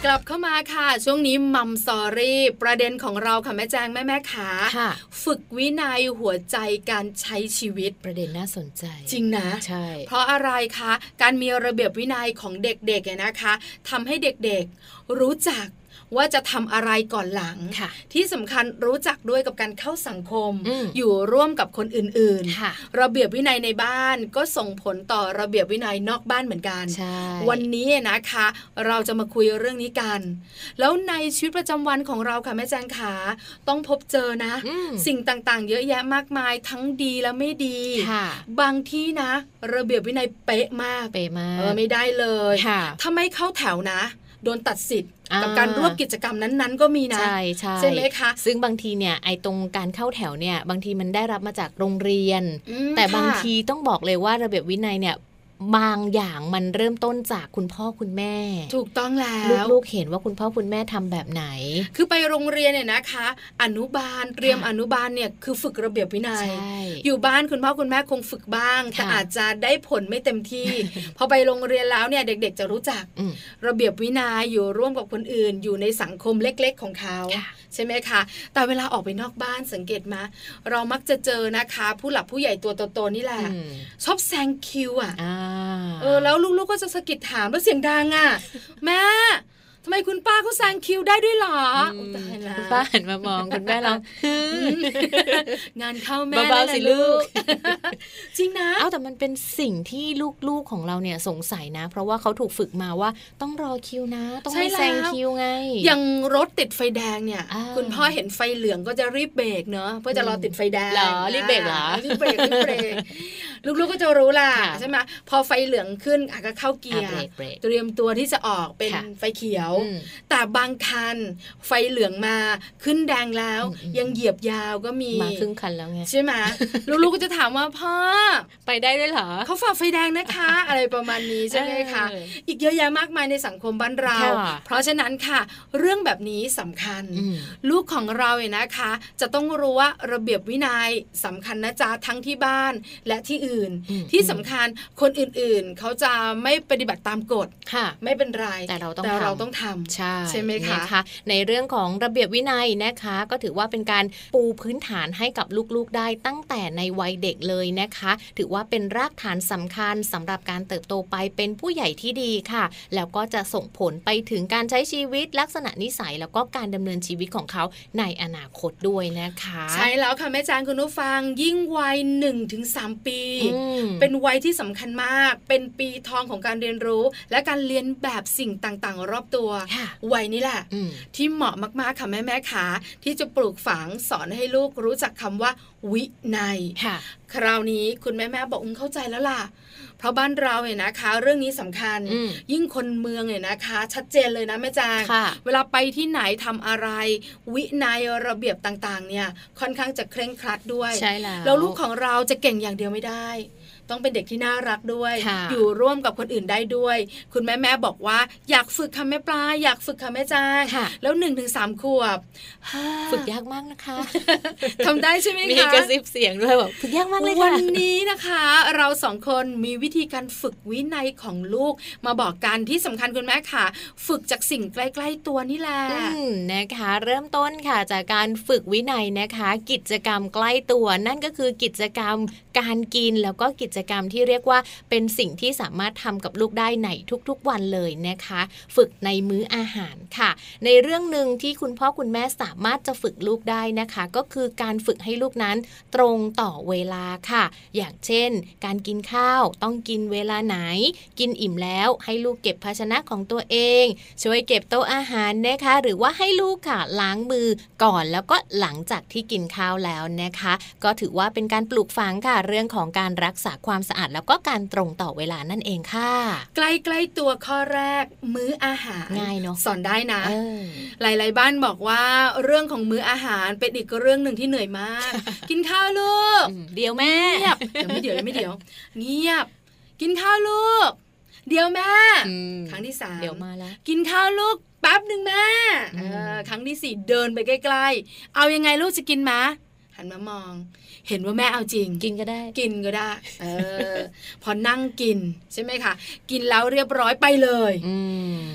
กลับเข้ามาค่ะช่วงนี้มัมสอรี่ประเด็นของเราค่ะแม่แจงแม่แม่ขาฝึกวินัยหัวใจการใช้ชีวิตประเด็นน่าสนใจจริงนะใช่เพราะอะไรคะการมีระเบียบวินัยของเด็กๆเนี่ยนะคะทำให้เด็กๆรู้จักว่าจะทำอะไรก่อนหลังที่สำคัญรู้จักด้วยกับการเข้าสังคม อ, อยู่ร่วมกับคนอื่นๆระเบียบวินัยในบ้านก็ส่งผลต่อระเบียบวินัยนอกบ้านเหมือนกันวันนี้นะคะเราจะมาคุยเรื่องนี้กันแล้วในชีวิตประจำวันของเราค่ะแม่แจงขาต้องพบเจอนะสิ่งต่างๆเยอะแยะมากมายทั้งดีและไม่ดีบางที่นะระเบียบวินัยเป๊ะมากเป๊ะมากเออไม่ได้เลยถ้าไม่เข้าแถวนะโดนตัดสิทธิ์กับการร่วมกิจกรรมนั้นๆก็มีนะใช่ใช่ใช่ไหมคะซึ่งบางทีเนี่ยไอ้ตรงการเข้าแถวเนี่ยบางทีมันได้รับมาจากโรงเรียนแต่บางทีต้องบอกเลยว่าระเบียบวินัยเนี่ยบางอย่างมันเริ่มต้นจากคุณพ่อคุณแม่ถูกต้องแล้วลูกๆเห็นว่าคุณพ่อคุณแม่ทำแบบไหนคือไปโรงเรียนเนี่ยนะคะอนุบาลเตรียมอนุบาลเนี่ยคือฝึกระเบียบวินัยอยู่บ้านคุณพ่อคุณแม่คงฝึกบ้างแต่อาจจะได้ผลไม่เต็มที่ พอไปโรงเรียนแล้วเนี่ยเด็กๆจะรู้จักระเบียบวินัยอยู่ร่วมกับคนอื่นอยู่ในสังคมเล็กๆของเขาใช่ไหมคะแต่เวลาออกไปนอกบ้านสังเกตมาเรามักจะเจอนะคะผู้หลักผู้ใหญ่ตัวโตๆนี่แหละชอบแซงคิวอ่ะเออแล้วลูกๆก็จะสะกิดถามแล้วเสียงดังอ่ะแม่ทำไมคุณป้าเขาแซงคิวได้ด้วยหรอตายแล้วคุณป้าหันมามองคุณแม่ร้องงานเข้าแม่แล้วนะลูกจริงนะเอ้าแต่มันเป็นสิ่งที่ลูกๆของเราเนี่ยสงสัยนะเพราะว่าเขาถูกฝึกมาว่าต้องรอคิวนะต้องไม่แซงคิวไงอย่างรถติดไฟแดงเนี่ยคุณพ่อเห็นไฟเหลืองก็จะรีบเบรกเนอะเพื่อจะรอติดไฟแดงเหรอรีบเบรกเหรอรีบเบรกรีบเบรกลูกๆก็จะรู้ล่ะใช่ไหมพอไฟเหลืองขึ้นอาจจะเข้าเกียร์เตรียมตัวที่จะออกเป็นไฟเขียวแต่บางคันไฟเหลืองมาขึ้นแดงแล้วยังเหยียบยาวก็มีมาครึ่งคันแล้วไงใช่ไหมลูกๆก็จะถามว่าพ่อไปได้ด้วยเหรอเขาฝ่าไฟแดงนะคะอะไรประมาณนี้ใช่ไหมคะอีกเยอะแยะมากมายในสังคมบ้านเราเพราะฉะนั้นค่ะเรื่องแบบนี้สำคัญลูกของเราเนี่ยนะคะจะต้องรู้ว่าระเบียบวินัยสำคัญนะจ๊ะทั้งที่บ้านและที่อื่นที่สำคัญคนอื่นๆเขาจะไม่ปฏิบัติตามกฎไม่เป็นไรแต่เราต้องแต่เราต้องทำใช่ใช่ไหมคะนะคะในเรื่องของระเบียบวินัยนะคะก็ถือว่าเป็นการปูพื้นฐานให้กับลูกๆได้ตั้งแต่ในวัยเด็กเลยนะคะถือว่าเป็นรากฐานสำคัญสำหรับการเติบโตไปเป็นผู้ใหญ่ที่ดีค่ะแล้วก็จะส่งผลไปถึงการใช้ชีวิตลักษณะนิสัยแล้วก็การดำเนินชีวิตของเขาในอนาคตด้วยนะคะใช่แล้วค่ะแม่จางคุณผู้ฟังยิ่งวัย หนึ่งถึงสาม ปีเป็นวัยที่สำคัญมากเป็นปีทองของการเรียนรู้และการเรียนแบบสิ่งต่างๆรอบตัววัยนี้แหละที่เหมาะมากๆค่ะแม่แม่ขาที่จะปลูกฝังสอนให้ลูกรู้จักคำว่าวินัยคราวนี้คุณแม่แม่บอกอุ้งเข้าใจแล้วล่ะเพราะบ้านเราเนี่ยนะคะเรื่องนี้สำคัญยิ่งคนเมืองเนี่ยนะคะชัดเจนเลยนะแม่จางเวลาไปที่ไหนทำอะไรวินัยระเบียบต่างๆเนี่ยค่อนข้างจะเคร่งครัดด้วยใช่แล้วแล้วลูกของเราจะเก่งอย่างเดียวไม่ได้ต้องเป็นเด็กที่น่ารักด้วยอยู่ร่วมกับคนอื่นได้ด้วยคุณแม่แม่บอกว่าอยากฝึกคำแม่ปลาอยากฝึกคำแม่จ้างแล้วหนึ่งถึงสามขวบฝึกยากมากนะคะทำได้ใช่ไหมคะมีกระซิบเสียงด้วยบอกฝึกยากมากเลยค่ะวันนี้นะคะเราสองคนมีวิธีการฝึกวินัยของลูกมาบอกกันที่สำคัญคุณแม่ค่ะฝึกจากสิ่งใกล้ๆตัวนี่แหละนะคะเริ่มต้นค่ะจากการฝึกวินัยนะคะกิจกรรมใกล้ตัวนั่นก็คือกิจกรรมการกินแล้วก็กิจกรรมที่เรียกว่าเป็นสิ่งที่สามารถทำกับลูกได้ในทุกๆวันเลยนะคะฝึกในมื้ออาหารค่ะในเรื่องนึงที่คุณพ่อคุณแม่สามารถจะฝึกลูกได้นะคะก็คือการฝึกให้ลูกนั้นตรงต่อเวลาค่ะอย่างเช่นการกินข้าวต้องกินเวลาไหนกินอิ่มแล้วให้ลูกเก็บภาชนะของตัวเองช่วยเก็บโต๊ะอาหารนะคะหรือว่าให้ลูกค่ะล้างมือก่อนแล้วก็หลังจากที่กินข้าวแล้วนะคะก็ถือว่าเป็นการปลูกฝังค่ะเรื่องของการรักษาความสะอาดแล้วก็การตรงต่อเวลานั่นเองค่ะใกล้ๆตัวข้อแรกมื้ออาหารง่ายเนาะสอนได้นะหลายๆบ้านบอกว่าเรื่องของมื้ออาหารเป็นอีกเรื่องหนึ่งที่เหนื่อยมากกินข้าวลูกเดี๋ยวแม่เงียบเดี๋ยวไม่เดี๋ยวไม่เดี๋ยวเงียบกินข้าวลูกเดี๋ยวแม่ครั้งที่สามเดี๋ยวมาแล้วกินข้าวลูกแป๊บนึงแม่ครั้งที่สี่เดินไปใกล้ๆเอายังไงลูกจะกินมะหันมามองเห็นว่าแม่เอาจริงกินก็ได้กินก็ได้เออพอนั่งกินใช่ไหมคะกินแล้วเรียบร้อยไปเลย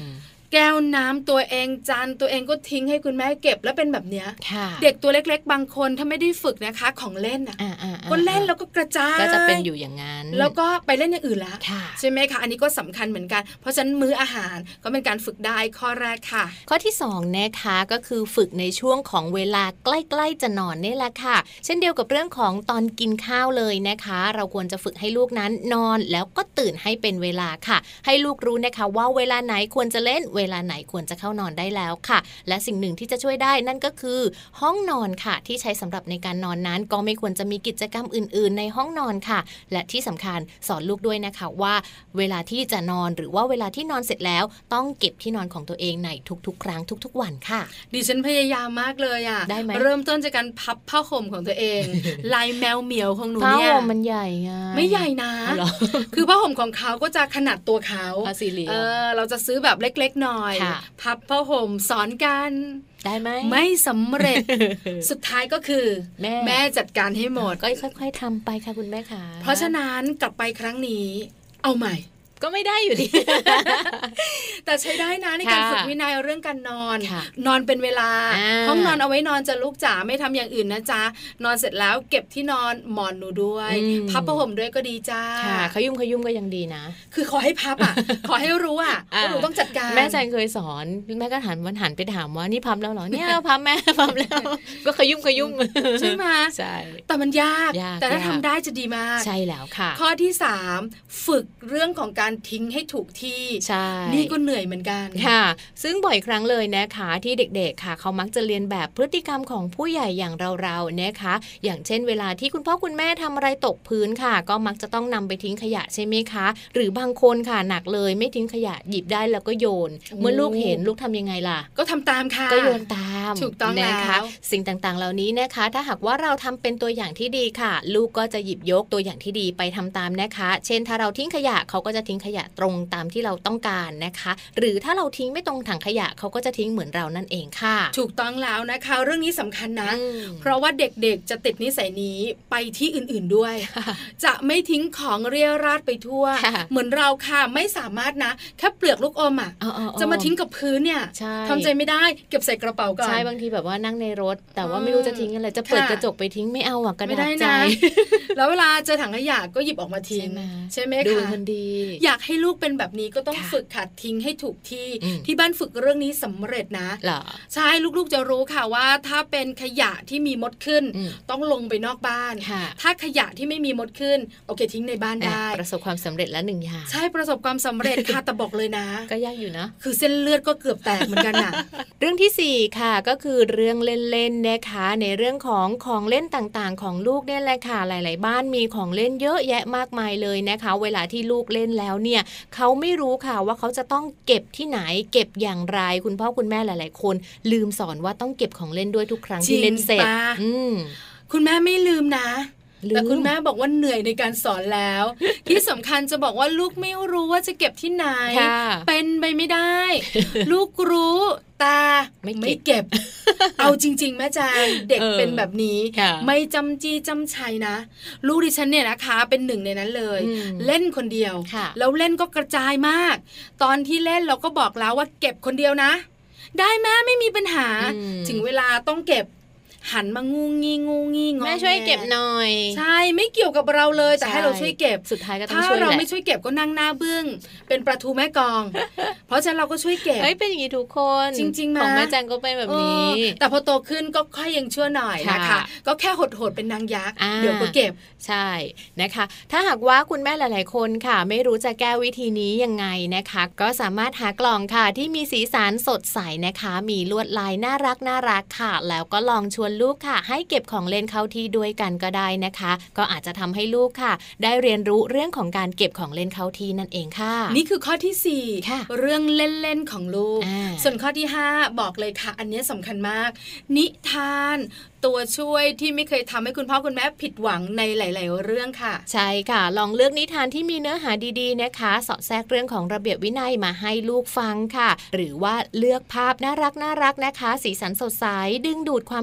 แก้วน้ำตัวเองจานตัวเองก็ทิ้งให้คุณแม่เก็บแล้วเป็นแบบเนี้ยเด็กตัวเล็กๆบางคนถ้าไม่ได้ฝึกนะคะของเล่นอ่ะก็เล่นแล้วก็กระจายก็จะเป็นอยู่อย่างนั้นแล้วก็ไปเล่นอย่างอื่นแล้วใช่ไหมคะอันนี้ก็สำคัญเหมือนกันเพราะฉะนั้นมื้ออาหารก็เป็นการฝึกได้ข้อแรกค่ะข้อที่สองนะคะก็คือฝึกในช่วงของเวลาใกล้ๆจะนอนนี่แหละค่ะเช่นเดียวกับเรื่องของตอนกินข้าวเลยนะคะเราควรจะฝึกให้ลูกนั้นนอนแล้วก็ตื่นให้เป็นเวลาค่ะให้ลูกรู้นะคะว่าเวลาไหนควรจะเล่นเวลาไหนควรจะเข้านอนได้แล้วค่ะและสิ่งหนึ่งที่จะช่วยได้นั่นก็คือห้องนอนค่ะที่ใช้สำหรับในการนอนนั้นก็ไม่ควรจะมีกิจกรรมอื่นๆในห้องนอนค่ะและที่สำคัญสอนลูกด้วยนะคะว่าเวลาที่จะนอนหรือว่าเวลาที่นอนเสร็จแล้วต้องเก็บที่นอนของตัวเองในทุกๆครั้งทุกๆวันค่ะดิฉันพยายามมากเลยอ่ะได้ไหมเริ่มต้นจากการพับผ้าห่มของตัวเองลายแมวเหมียวของหนูเนี่ยผ้าห่มมันใหญ่ไงไม่ใหญ่นะคือผ้าห่มของเขาก็จะขนาดตัวเขาเออเราจะซื้อแบบเล็กๆหน่อยพับผ้าห่มสอนกันได้ไหมไม่สำเร็จ สุดท้ายก็คือแม่แม่จัดการให้หมดก็ค่อยๆทำไปค่ะคุณแม่ค่ะเพราะฉะนั้นกลับไปครั้งนี้เอาใหม่ก็ไม่ได้อยู่ดีแต่ใช้ได้นะในการฝึกวินัยเรื่องการนอนนอนเป็นเวลาห้องนอนเอาไว้นอนจะลูกจ๋าไม่ทำอย่างอื่นนะจ๊ะนอนเสร็จแล้วเก็บที่นอนหมอนหนูด้วยพับผ้าห่มด้วยก็ดีจ้าขยุ่มขยุ่มก็ยังดีนะคือขอให้พับอ่ะ ขอให้รู้อ่ะว่าหนูต้องจัดการแม่ใจเคยสอนแม่ก็หันวันหันไปถามว่านี่พับแล้วเหรอเนี่ยพับแม่พับแล้วก็ขยุ่มขยุ่มใช่ไหมใช่แต่มันยากแต่ถ้าทำได้จะดีมากใช่แล้วค่ะข้อที่สามฝึกเรื่องของการทิ้งให้ถูกที่นี่ก็เหนื่อยเหมือนกันค่ะซึ่งบ่อยครั้งเลยนะคะที่เด็กๆค่ะเขามักจะเรียนแบบพฤติกรรมของผู้ใหญ่อย่างเราๆนะคะอย่างเช่นเวลาที่คุณพ่อคุณแม่ทำอะไรตกพื้นค่ะก็มักจะต้องนำไปทิ้งขยะใช่ไหมคะหรือบางคนค่ะหนักเลยไม่ทิ้งขยะหยิบได้แล้วก็โยนเมื่อลูกเห็นลูกทำยังไงล่ะก็ทำตามค่ะก็โยนตามถูกต้องนะคะสิ่งต่างๆเหล่านี้นะคะถ้าหากว่าเราทำเป็นตัวอย่างที่ดีค่ะลูกก็จะหยิบยกตัวอย่างที่ดีไปทำตามนะคะเช่นถ้าเราทิ้งขยะเขาก็จะทิ้งขยะตรงตามที่เราต้องการนะคะหรือถ้าเราทิ้งไม่ตรงถังขยะเขาก็จะทิ้งเหมือนเรานั่นเองค่ะถูกต้องแล้วนะคะเรื่องนี้สำคัญนะเพราะว่าเด็กๆจะติดนิสัยนี้ไปที่อื่นๆด้วยจะไม่ทิ้งของเรี่ยราดไปทั่วเหมือนเราค่ะไม่สามารถนะแค่เปลือกลูกอมอ่ะจะมาทิ้งกับพื้นเนี่ยทำใจไม่ได้เก็บใส่กระเป๋าก่อนใช่บางทีแบบว่านั่งในรถแต่ว่าไม่รู้จะทิ้งอะไรจะเปิดกระจกไปทิ้งไม่เอาอ่ะกระดาษใจแล้วเวลาเจอถังขยะก็หยิบออกมาทิ้งใช่ไหมคะดูคนดีอยากให้ลูกเป็นแบบนี้ก็ต้องฝึกขัดทิ้งให้ถูกที่ที่บ้านฝึกเรื่องนี้สำเร็จนะใช่ลูกๆจะรู้ค่ะว่าถ้าเป็นขยะที่มีมดขึ้นต้องลงไปนอกบ้านถ้าขยะที่ไม่มีมดขึ้นโอเคทิ้งในบ้านได้ประสบความสำเร็จแล้วหนึ่งอย่างใช่ประสบความสำเร็จค่ะแต่บอกเลยนะก็ยากอยู่นะคือเส้นเลือดก็เกือบแตกเหมือนกันน่ะเรื่องที่สี่ค่ะก็คือเรื่องเล่นๆนะคะในเรื่องของของเล่นต่างๆของลูกเนี่ยแหละค่ะหลายๆบ้านมีของเล่นเยอะแยะมากมายเลยนะคะเวลาที่ลูกเล่นแล้วเนี่ยเขาไม่รู้ค่ะว่าเขาจะต้องเก็บที่ไหนเก็บอย่างไรคุณพ่อคุณแม่หลายๆคนลืมสอนว่าต้องเก็บของเล่นด้วยทุกครั้งที่เล่นเสร็จคุณแม่ไม่ลืมนะแต่คุณแม่บอกว่าเหนื่อยในการสอนแล้ว ที่สำคัญจะบอกว่าลูกไม่รู้ว่าจะเก็บที่ไหนเป็นไปไม่ได้ ลูกรู้ตาไม่เก็บ เอาจริงๆแม่จางเด็กเป็นแบบนี้ไม่จำจี้จำชัยนะลูกดิฉันเนี่ยนะคะเป็นหนึ่งในนั้นเลยเล่นคนเดียวแล้วเล่นก็กระจายมากตอนที่เล่นเราก็บอกแล้วว่าเก็บคนเดียวนะได้แม่ไม่มีปัญหาถึงเวลาต้องเก็บหันมางูงี้งูงี้งอแม่ช่วยเก็บหน่อยใช่ไม่เกี่ยวกับเราเลยแต่ให้เราช่วยเก็บสุดท้ายก็ต้องช่วยแหละถ้าเราไม่ช่วยเก็บก็นั่งหน้าบึ้งเป็นปลาทูแม่กองเพราะฉะนั้นเราก็ช่วยเก็บเฮ้ยเป็นอย่างนี้ทุกคนจริงๆของแม่แจงก็เป็นแบบนี้แต่พอโตขึ้นก็ค่อยยังชั่วหน่อยนะคะก็แค่หดๆเป็นนางยักษ์เดี๋ยวก็เก็บใช่นะคะถ้าหากว่าคุณแม่หลายๆคนค่ะไม่รู้จะแก้วิธีนี้ยังไงนะคะก็สามารถหากล่องค่ะที่มีสีสันสดใสนะคะมีลวดลายน่ารักน่ารักค่ะแล้วก็ลองชวนลูกค่ะให้เก็บของเล่นเข้าที่ด้วยกันก็ได้นะคะก็อาจจะทำให้ลูกค่ะได้เรียนรู้เรื่องของการเก็บของเล่นเข้าที่นั่นเองค่ะนี่คือข้อที่สี่เรื่องเล่นๆของลูกส่วนข้อที่ห้าบอกเลยค่ะอันนี้สำคัญมากนิทานตัวช่วยที่ไม่เคยทำให้คุณพ่อคุณแม่ผิดหวังในหลายๆเรื่องค่ะใช่ค่ะลองเลือกนิทานที่มีเนื้อหาดีๆนะคะสอดแทรกเรื่องของระเบียบวินัยมาให้ลูกฟังค่ะหรือว่าเลือกภาพน่ารักน่ารักนะคะสีสันสดใสดึงดูดความสนใจ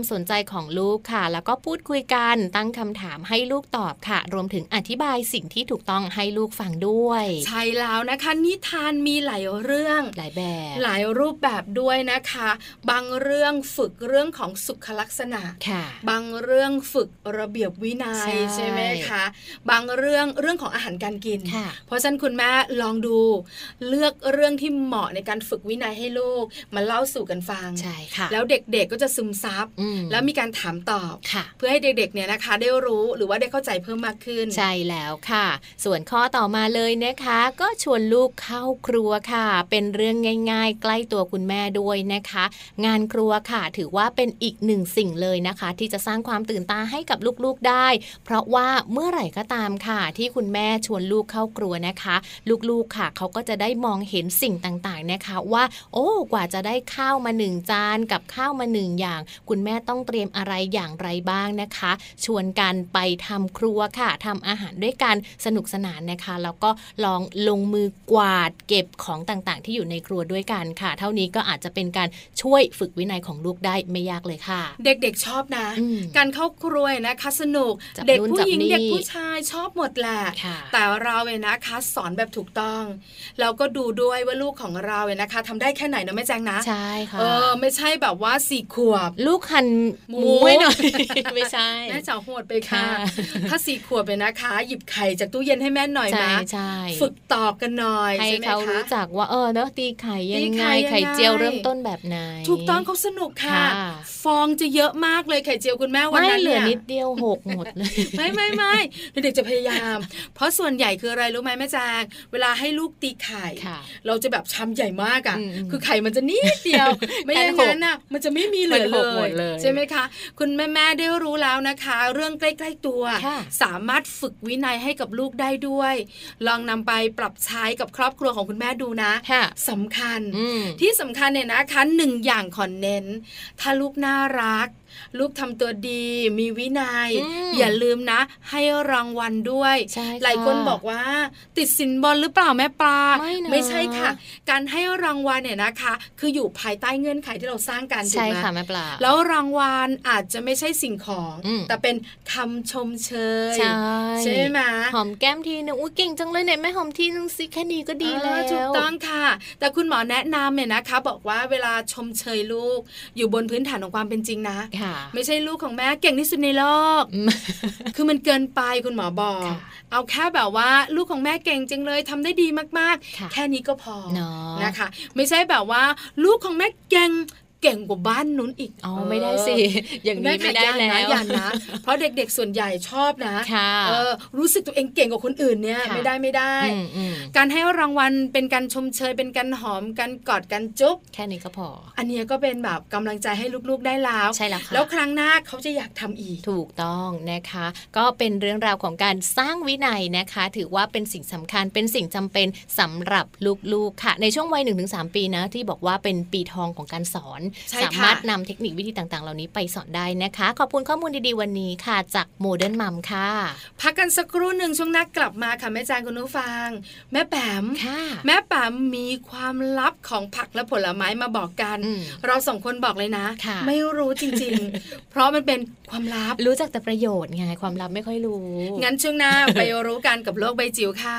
ของลูกค่ะแล้วก็พูดคุยกันตั้งคำถามให้ลูกตอบค่ะรวมถึงอธิบายสิ่งที่ถูกต้องให้ลูกฟังด้วยใช่แล้วนะคะนิทานมีหลายเรื่องหลายแบบหลายรูปแบบด้วยนะคะบางเรื่องฝึกเรื่องของสุขลักษณะบางเรื่องฝึกระเบียบวินัย ใ, ใช่ไหมคะบางเรื่องเรื่องของอาหารการกินเพราะฉะนั้นคุณแม่ลองดูเลือกเรื่องที่เหมาะในการฝึกวินัยให้ลูกมาเล่าสู่กันฟังใช่ค่ะแล้วเด็กๆก็จะซึมซับแล้วมีการถามตอบเพื่อให้เด็กๆเนี่ยนะคะได้รู้หรือว่าได้เข้าใจเพิ่มมากขึ้นใช่แล้วค่ะส่วนข้อต่อมาเลยนะคะก็ชวนลูกเข้าครัวค่ะเป็นเรื่องง่ายๆใกล้ตัวคุณแม่ด้วยนะคะงานครัวค่ะถือว่าเป็นอีกหนึ่งสิ่งเลยนะคะที่จะสร้างความตื่นตาให้กับลูกๆได้เพราะว่าเมื่อไหร่ก็ตามค่ะที่คุณแม่ชวนลูกเข้าครัวนะคะลูกๆค่ะเขาก็จะได้มองเห็นสิ่งต่างๆนะคะว่าโอ้กว่าจะได้ข้าวมาหนึ่งจานกับข้าวมาหนึ่งอย่างคุณแม่ต้องเตรียมอะไรอย่างไรบ้างนะคะชวนกันไปทำครัวค่ะทำอาหารด้วยกันสนุกสนานนะคะแล้วก็ลองลงมือกวาดเก็บของต่างๆที่อยู่ในครัวด้วยกันค่ะเท่านี้ก็อาจจะเป็นการช่วยฝึกวินัยของลูกได้ไม่ยากเลยค่ะเด็กๆชอบนะการเข้าครัวนะคะสนุกเด็กผู้หญิงเด็กผู้ชายชอบหมดแหละแต่เราเองนะคะสอนแบบถูกต้องแล้วก็ดูด้วยว่าลูกของเราเองนะคะทำได้แค่ไหนนะแม่แจงนะใช่ค่ะเออไม่ใช่แบบว่าสี่ขวบลูกหั่นหมูไว้หน่อยไม่ใช่แม่จ๋าโหดไปค่ะถ้าสี่ขวบเป็นนะคะหยิบไข่จากตู้เย็นให้แม่หน่อยนะฝึกตอกกันหน่อยให้เขารู้จักว่าเออเนาะตีไข่ยังไงไข่เจียวเริ่มต้นแบบไหนถูกต้องเขาสนุกค่ะฟองจะเยอะมากเลยไข่เจียวคุณแม่วันนั้นเนี่ยไม่เหลือนิดเดียวหกหมดเลยไม่ไม่ไม่เด็กจะพยายามเพราะส่วนใหญ่คืออะไรรู้ไหมแม่แจงเวลาให้ลูกตีไข่เราจะแบบชามใหญ่มากอ่ะคือไข่มันจะนิดเดียวไม่อย่างนั้นน่ะมันจะไม่มีเหลือเลยใช่ไหมคะคุณแม่แม่ได้รู้แล้วนะคะเรื่องใกล้ๆตัวสามารถฝึกวินัยให้กับลูกได้ด้วยลองนำไปปรับใช้กับครอบครัวของคุณแม่ดูนะสำคัญที่สำคัญเนี่ยนะคะหนึ่งอย่างขอเน้นถ้าลูกน่ารักลูกทำตัวดีมีวินัยอย่าลืมนะให้รางวัลด้วยหลายคนบอกว่าติดสินบนหรือเปล่าแม่ปลาไม่, ไม่ใช่ค่ะการให้รางวัลเนี่ยนะคะคืออยู่ภายใต้เงื่อนไขที่เราสร้างกันใช่ค่ะแม่ปลาแล้วรางวัลอาจจะไม่ใช่สิ่งของแต่เป็นคำชมเชยใช่ไหมหอมแก้มทีนึงอุ้ยเก่งจังเลยเนี่ยแม่หอมทีนึงสิแค่นี้ก็ดีแล้วถูกต้องค่ะแต่คุณหมอแนะนำเนี่ยนะคะบอกว่าเวลาชมเชยลูกอยู่บนพื้นฐานของความเป็นจริงนะไม่ใช่ลูกของแม่เก่งที่สุดในโลก คือมันเกินไปคุณหมอบอกเอาแค่แบบว่าลูกของแม่เก่งจังเลยทำได้ดีมากๆแค่นี้ก็พอนะคะไม่ใช่แบบว่าลูกของแม่เก่งเก่งกว่าบ้านนู้นอีกอ๋อไม่ได้สิอย่างนี้ไม่ได้แล้วอย่านะเพราะเด็กๆส่วนใหญ่ชอบนะเออรู้สึกตัวเองเก่งกว่าคนอื่นเนี่ยไม่ได้ไม่ได้การให้รางวัลเป็นการชมเชยเป็นการหอมกันกอดกันจุ๊บแค่นี้ก็พออันนี้ก็เป็นแบบกำลังใจให้ลูกๆได้แล้วใช่แล้วค่ะแล้วครั้งหน้าเขาจะอยากทำอีกถูกต้องนะคะก็เป็นเรื่องราวของการสร้างวินัยนะคะถือว่าเป็นสิ่งสำคัญเป็นสิ่งจำเป็นสำหรับลูกๆค่ะในช่วงวัย หนึ่งถึงสาม ปีนะที่บอกว่าเป็นปีทองของการสอนสามารถนำเทคนิควิธีต่างๆเหล่านี้ไปสอนได้นะคะขอบคุณข้อมูลดีๆวันนี้ค่ะจากโมเดิร์นมัมค่ะพักกันสักครู่หนึ่งช่วงหน้ากลับมาค่ะแม่จางคุณผู้ฟังแม่แปมแม่แปมมีความลับของผักและผลไม้มาบอกกันเราสองคนบอกเลยนะไม่รู้จริงๆเพราะมันเป็นความลับรู้จักแต่ประโยชน์ไงความลับไม่ค่อยรู้งั้นช่วงหน้า ไปรู้กันกับโลกใบจิ๋วค่ะ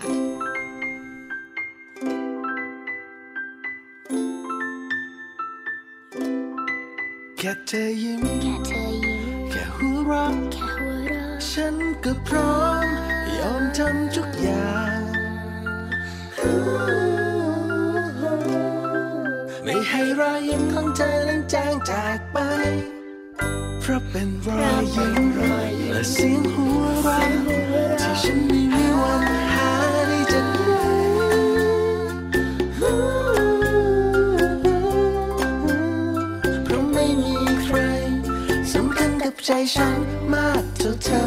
แค่เธอยิ้มแค่หัวเราะฉันก็พร้อมยอมทำทุกอย่างไม่ให้รอยยิ้มของเธอนั้นจางจากไปเพราะเป็นรอยยิ้มและเสียงหัวเราะที่ฉันไม่มีวันหาได้จากไหนใจฉันมากเท่าเธอ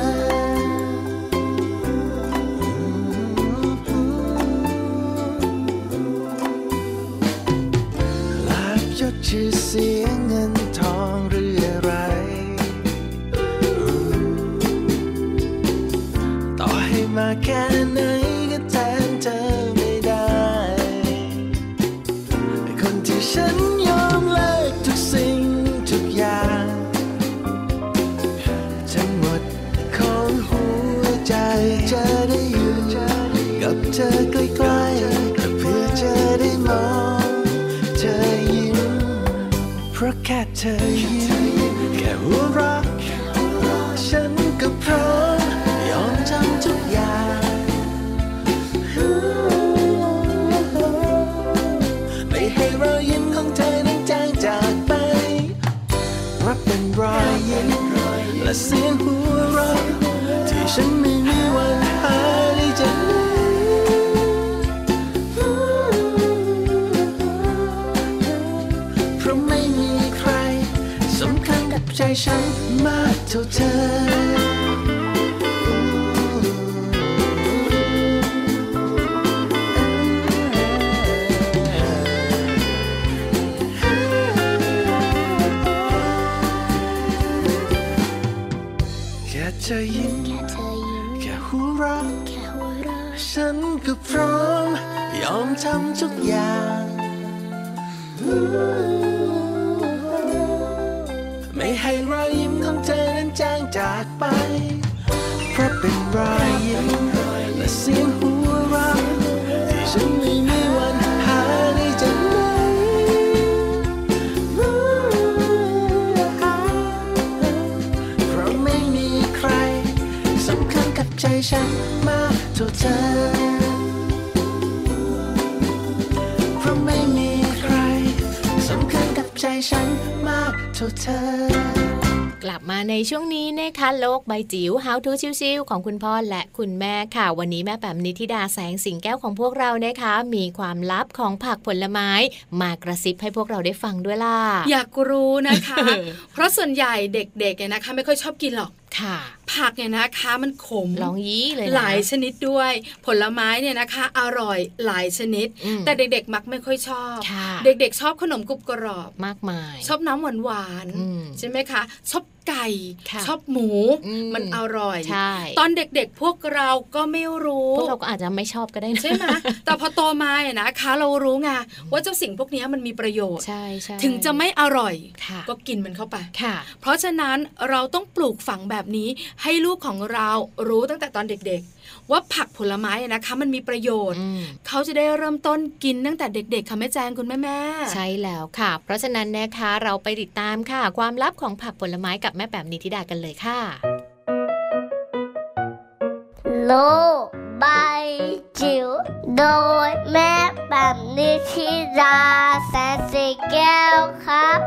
ลาบยศชื่อเสียงเงินทองหรืออะไรต่อให้มาแค่ไหนก็แทนเธอไม่ได้คนที่ฉันยอมเลิกทุกสิ่งทุกอย่างเธอยิ้มแค่หัวเราะฉันก็พร้อมยอมทำทุกอย่างไม่ให้รอยยิ้มของเธอนั้นจางจากไปรับเป็นรอยยิ้มและเสียงหัวเราะที่ฉันไม่มีวันหายจากเพราะไม่มีใครสำคัญกับใจฉันมากเท่าเธอแค่เธอยิ้มแค่หัวเราะฉันก็พร้อมยอมทำทุกอย่างไม่ให้รอยยิ้มของเธอนั้นจางจากไปเพราะเป็นรอยยิ้มและเสียงหัวเราะที่ฉันไม่มีวันหาได้จากไหนเพราะไม่มีใครสำคัญกับใจฉันมากเท่าเธอเพราะไม่มีใครสำคัญกับใจฉันมากเท่าเธอกลับมาในช่วงนี้นะคะโลกใบจิ๋ว How to ชิวๆของคุณพ่อและคุณแม่ค่ะวันนี้แม่แป๋มนิธิดาแสงสิงแก้วของพวกเรานะคะมีความลับของผักผลไม้มากระซิบให้พวกเราได้ฟังด้วยล่ะอยากรู้นะคะ เพราะส่วนใหญ่เด็กๆเนี่ยนะคะไม่ค่อยชอบกินหรอกค่ะผักเนี่ยนะคะมันขมลองยี่เลยนะหลายชนิดด้วยผลไม้เนี่ยนะคะอร่อยหลายชนิดแต่เด็กๆมักไม่ค่อยชอบเด็กๆชอบขนมกรุบกรอบมากมายชอบน้ำหวานๆใช่ไหมคะชอบไก่ชอบหมูมันอร่อยตอนเด็กๆพวกเราก็ไม่รู้พวกเราก็อาจจะไม่ชอบก็ได้ใช่ไหมแต่พอโตมาเนี่ยนะคะเรารู้ไงว่าเจ้าสิ่งพวกนี้มันมีประโยชน์ถึงจะไม่อร่อยก็กินมันเข้าไปเพราะฉะนั้นเราต้องปลูกฝังแบบนี้ให้ลูกของเรารู้ตั้งแต่ตอนเด็กๆว่าผักผลไม้นะคะมันมีประโยชน์เขาจะได้เริ่มต้นกินตั้งแต่เด็กๆค่ะแม่แจงคุณแม่ๆใช่แล้วค่ะเพราะฉะนั้นนะคะเราไปติดตามค่ะความลับของผักผลไม้กับแม่แป๋มนิธิดากันเลยค่ะโลกใบจิ๋วโดยแม่แป๋มนิธิดาแสนสีแก้วครับ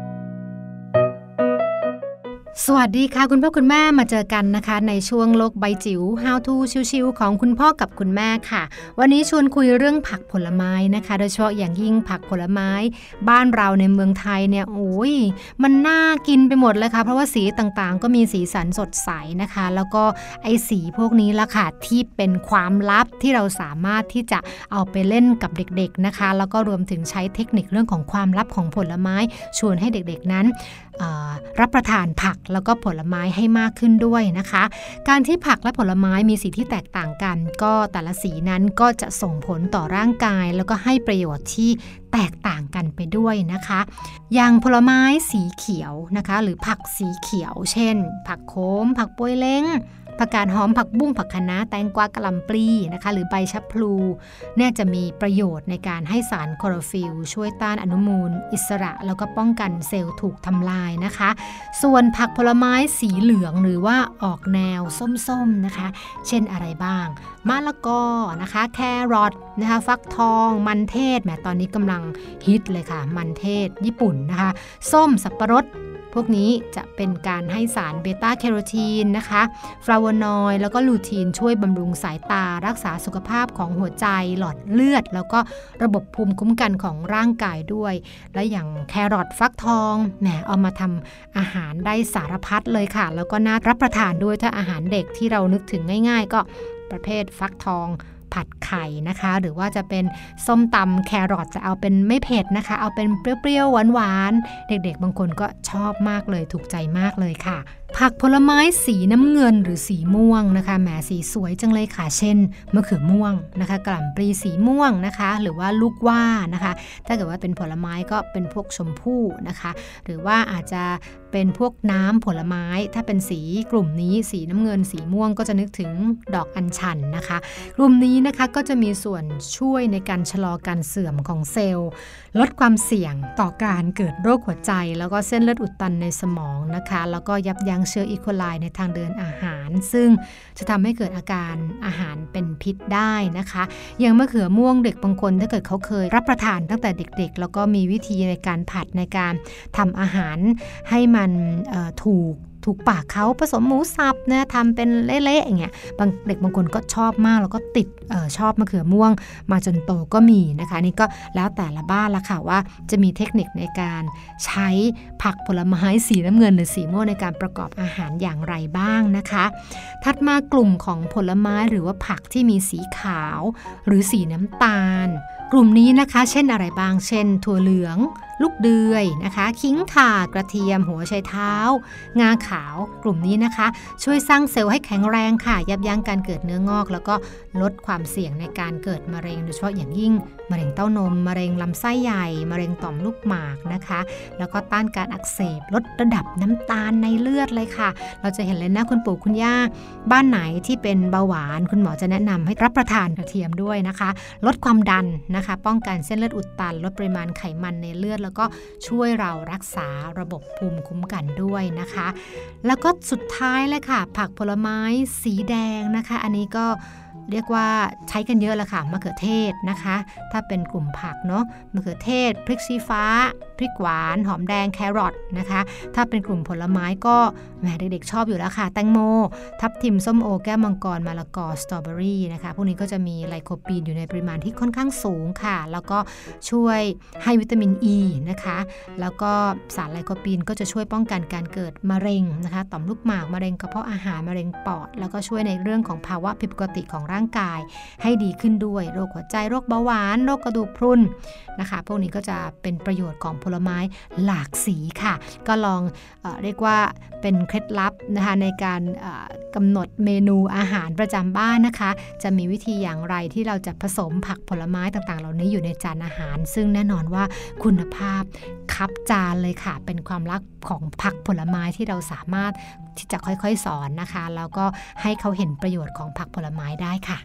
สวัสดีค่ะคุณพ่อคุณแม่มาเจอกันนะคะในช่วงโลกใบจิ๋ว How to ชิวๆของคุณพ่อกับคุณแม่ค่ะวันนี้ชวนคุยเรื่องผักผลไม้นะคะโดยเฉพาะอย่างยิ่งผักผลไม้บ้านเราในเมืองไทยเนี่ยโอ้ยมันน่ากินไปหมดเลยค่ะเพราะว่าสีต่างๆก็มีสีสันสดใสนะคะแล้วก็ไอ้สีพวกนี้ละค่ะที่เป็นความลับที่เราสามารถที่จะเอาไปเล่นกับเด็กๆนะคะแล้วก็รวมถึงใช้เทคนิคเรื่องของความลับของผลไม้ชวนให้เด็กๆนั้นรับประทานผักแล้วก็ผลไม้ให้มากขึ้นด้วยนะคะการที่ผักและผลไม้มีสีที่แตกต่างกันก็แต่ละสีนั้นก็จะส่งผลต่อร่างกายแล้วก็ให้ประโยชน์ที่แตกต่างกันไปด้วยนะคะอย่างผลไม้สีเขียวนะคะหรือผักสีเขียวเช่นผักโขมผักป่วยเล้งผักกาดหอมผักบุ้งผักคะน้าแตงกวากะหล่ำปลีนะคะหรือใบชะพลูเนี่ยจะมีประโยชน์ในการให้สารคลอโรฟิลช่วยต้านอนุมูลอิสระแล้วก็ป้องกันเซลล์ถูกทำลายนะคะส่วนผักผลไม้สีเหลืองหรือว่าออกแนวส้มๆนะคะเช่นอะไรบ้างมะละกอนะคะแครอทนะคะฟักทองมันเทศแหมตอนนี้กำลังฮิตเลยค่ะมันเทศญี่ปุ่นนะคะส้มสับปะรดพวกนี้จะเป็นการให้สารเบต้าแคโรทีนนะคะฟลาโวนอยด์แล้วก็ลูทีนช่วยบำรุงสายตารักษาสุขภาพของหัวใจหลอดเลือดแล้วก็ระบบภูมิคุ้มกันของร่างกายด้วยและอย่างแครอทฟักทองแหมเอามาทำอาหารได้สารพัดเลยค่ะแล้วก็น่ารับประทานด้วยถ้าอาหารเด็กที่เรานึกถึงง่ายๆก็ประเภทฟักทองผัดไข่นะคะหรือว่าจะเป็นส้มตำแครอทจะเอาเป็นไม่เผ็ดนะคะเอาเป็นเปรี้ยวๆหวานๆเด็กๆบางคนก็ชอบมากเลยถูกใจมากเลยค่ะผักผลไม้สีน้ำเงินหรือสีม่วงนะคะแหมสีสวยจังเลยค่ะเช่นมะเขือม่วงนะคะกล่ำปลีสีม่วงนะคะหรือว่าลูกว่านะคะถ้าเกิดว่าเป็นผลไม้ก็เป็นพวกชมพู่นะคะหรือว่าอาจจะเป็นพวกน้ำผลไม้ถ้าเป็นสีกลุ่มนี้สีน้ำเงินสีม่วงก็จะนึกถึงดอกอัญชันนะคะกลุ่มนี้นะคะก็จะมีส่วนช่วยในการชะลอการเสื่อมของเซลล์ลดความเสี่ยงต่อการเกิดโรคหัวใจแล้วก็เส้นเลือดอุดตันในสมองนะคะแล้วก็ยับยั้งเชื้ออีโคไลในทางเดินอาหารซึ่งจะทำให้เกิดอาการอาหารเป็นพิษได้นะคะอย่างมะเขือม่วงเด็กบางคนถ้าเกิดเขาเคยรับประทานตั้งแต่เด็กๆแล้วก็มีวิธีในการผัดในการทำอาหารให้มันถูกถูกปากเขาผสมหมูสับนะทำเป็นเละๆอย่างเงี้ยบางเด็กบางคนก็ชอบมากแล้วก็ติดเอ่อชอบมะเขือม่วงมาจนโตก็มีนะคะนี่ก็แล้วแต่ละบ้านละค่ะว่าจะมีเทคนิคในการใช้ผักผลไม้สีน้ำเงินหรือสีม่วงในการประกอบอาหารอย่างไรบ้างนะคะถัดมากลุ่มของผลไม้หรือว่าผักที่มีสีขาวหรือสีน้ำตาลกลุ่มนี้นะคะเช่นอะไรบ้างเช่นถั่วเหลืองลูกเดือยนะคะขิงข่ากระเทียมหัวไชเท้างาขาวกลุ่มนี้นะคะช่วยสร้างเซลล์ให้แข็งแรงค่ะยับยั้งการเกิดเนื้องอกแล้วก็ลดความเสี่ยงในการเกิดมะเร็งโดยเฉพาะอย่างยิ่งมะเร็งเต้านมมะเร็งลำไส้ใหญ่มะเร็งต่อมลูกหมากนะคะแล้วก็ต้านการอักเสบลดระดับน้ำตาลในเลือดเลยค่ะเราจะเห็นเลยนะคุณปู่คุณย่าบ้านไหนที่เป็นเบาหวานคุณหมอจะแนะนำให้รับประทานกระเทียมด้วยนะคะลดความดันนะคะป้องกันเส้นเลือดอุดตันลดปริมาณไขมันในเลือดแล้วก็ช่วยเรารักษาระบบภูมิคุ้มกันด้วยนะคะแล้วก็สุดท้ายเลยค่ะผักผลไม้สีแดงนะคะอันนี้ก็เรียกว่าใช้กันเยอะแล้วค่ะมะเขือเทศนะคะถ้าเป็นกลุ่มผักเนาะมะเขือเทศพริกชี้ฟ้าพริกหวานหอมแดงแครอทนะคะถ้าเป็นกลุ่มผลไม้ก็แหมเด็กๆชอบอยู่แล้วค่ะแตงโมทับทิมส้มโอแก้วมังกรมะละกอสตรอเบอรี่นะคะพวกนี้ก็จะมีไลโคปีนอยู่ในปริมาณที่ค่อนข้างสูงค่ะแล้วก็ช่วยให้วิตามินอ e ีนะคะแล้วก็สารไลโคปีนก็จะช่วยป้องกันการเกิดมะเร็งนะคะต่อมลูกหมากมะเร็งกระเพาะอาหารมะเร็งปอดแล้วก็ช่วยในเรื่องของภาวะผิดปกติของร่างกายให้ดีขึ้นด้วยโรคหัวใจโรคเบาหวานโรคกระดูกพรุนนะคะพวกนี้ก็จะเป็นประโยชน์ของผลไม้หลากสีค่ะก็ลองเอ่อเรียกว่าเป็นเคล็ดลับนะคะในการกำหนดเมนูอาหารประจำบ้านนะคะจะมีวิธีอย่างไรที่เราจะผสมผักผลไม้ต่างๆเหล่านี้อยู่ในจานอาหารซึ่งแน่นอนว่าคุณภาพคับจานเลยค่ะเป็นความรักของผักผลไม้ที่เราสามารถที่จะค่อยๆสอนนะคะแล้วก็ให้เขาเห็นประโยชน์ของผักผลไม้ได้ค่ะ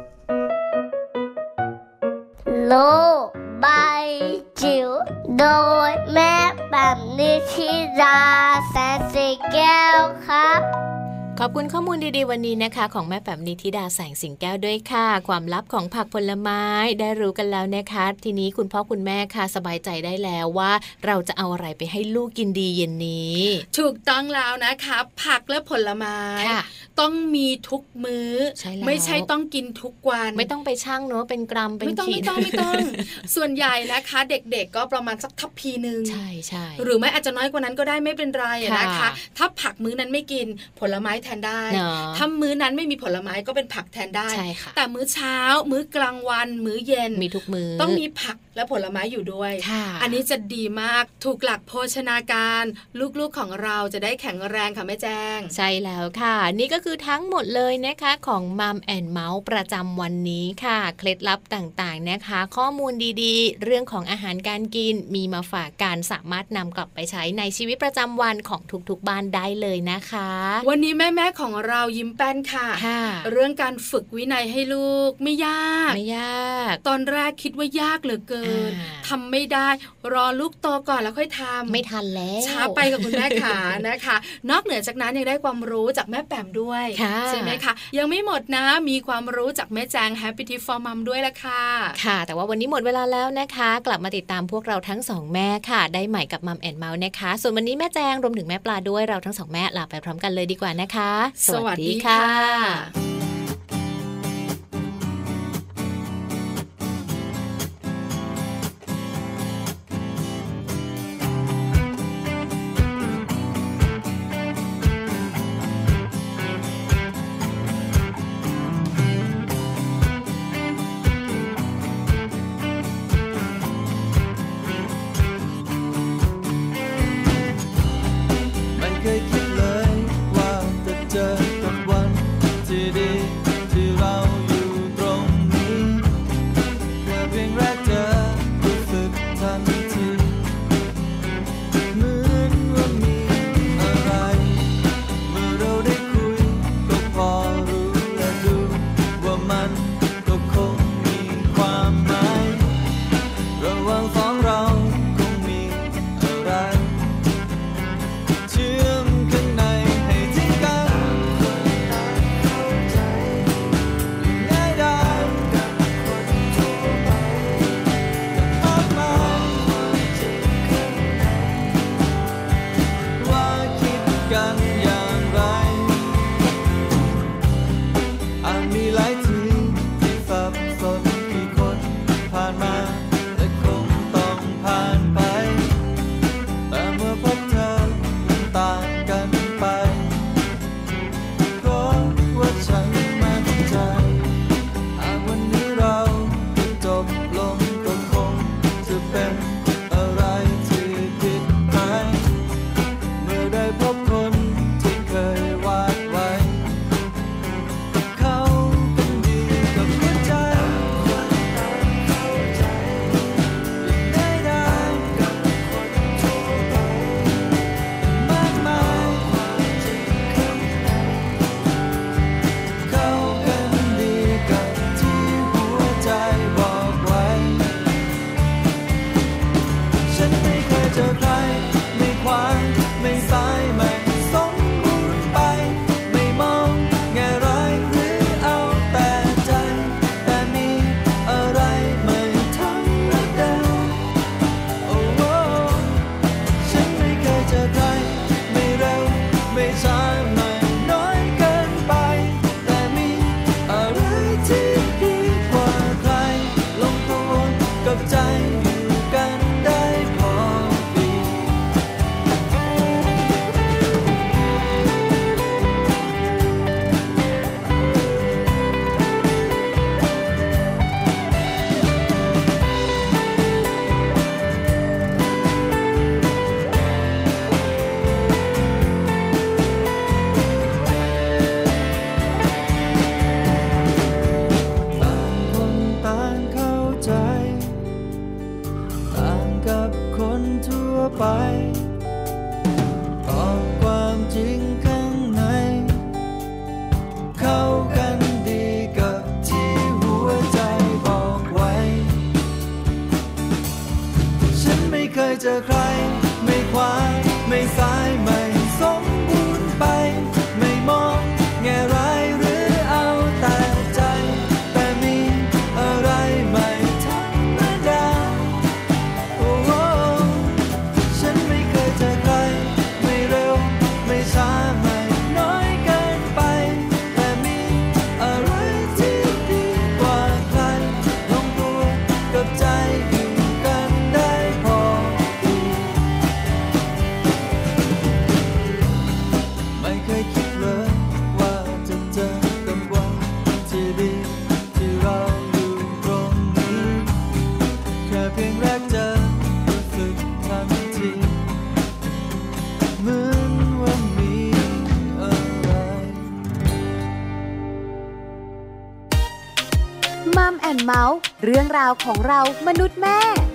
โลกใบจิ๋วโดยแม่แบบนิชิราแสนสีแก้วครับขอบคุณข้อมูลดีๆวันนี้นะคะของแม่แป๋มนิธิดาแสงสิงแก้วด้วยค่ะความลับของผักผลไม้ได้รู้กันแล้วนะคะทีนี้คุณพ่อคุณแม่ค่ะสบายใจได้แล้วว่าเราจะเอาอะไรไปให้ลูกกินดีเย็นนี้ถูกต้องแล้วนะคะผักและผลไม้ต้องมีทุกมื้อไม่ใช่ต้องกินทุกวันไม่ต้องไปชั่งเนอะเป็นกรัมเป็นขีดไม่ต้องไม่ต้องไม่ต้องส่วนใหญ่นะคะเด็กๆก็ประมาณสักทัพพีนึงใช่ใช่หรือไม่อาจจะน้อยกว่านั้นก็ได้ไม่เป็นไรนะคะถ้าผักมื้อนั้นไม่กินผลไม้แทนได้ถ้ามื้อนั้นไม่มีผลไม้ก็เป็นผักแทนได้แต่มื้อเช้ามื้อกลางวันมื้อเย็นมีทุกมื้อต้องมีผักและผลไม้อยู่ด้วยอันนี้จะดีมากถูกหลักโภชนาการลูกๆของเราจะได้แข็งแรงค่ะแม่แจ้งใช่แล้วค่ะนี่ก็คือทั้งหมดเลยนะคะของมัมแอนเมาส์ประจำวันนี้ค่ะเคล็ดลับต่างๆนะคะข้อมูลดีๆเรื่องของอาหารการกินมีมาฝากกันสามารถนำกลับไปใช้ในชีวิตประจำวันของทุกๆบ้านได้เลยนะคะวันนี้แม่ๆของเรายิ้มแป้นค่ะเรื่องการฝึกวินัยให้ลูกไม่ยากไม่ยากตอนแรกคิดว่ายากเหลือเกินทำไม่ได้รอลูกโตก่อนแล้วค่อยทำไม่ทันแล้วช้าไปกับคุณแม่ขานะคะนอกเหนือจากนั้นยังได้ความรู้จากแม่แป๋มด้วยใช่ไหมคะยังไม่หมดนะมีความรู้จากแม่แจง Happy Tip for Mom ด้วยละค่ะค่ะแต่ว่าวันนี้หมดเวลาแล้วนะคะกลับมาติดตามพวกเราทั้งสองแม่ค่ะได้ใหม่กับมัมแอนเมาส์นะคะส่วนวันนี้แม่แจงรวมถึงแม่ปลาด้วยเราทั้งสองแม่ลาไปพร้อมกันเลยดีกว่านะคะสวัสดีค่ะเคยคิดเลยมัมแอนเมาส์เรื่องราวของเรามนุษย์แม่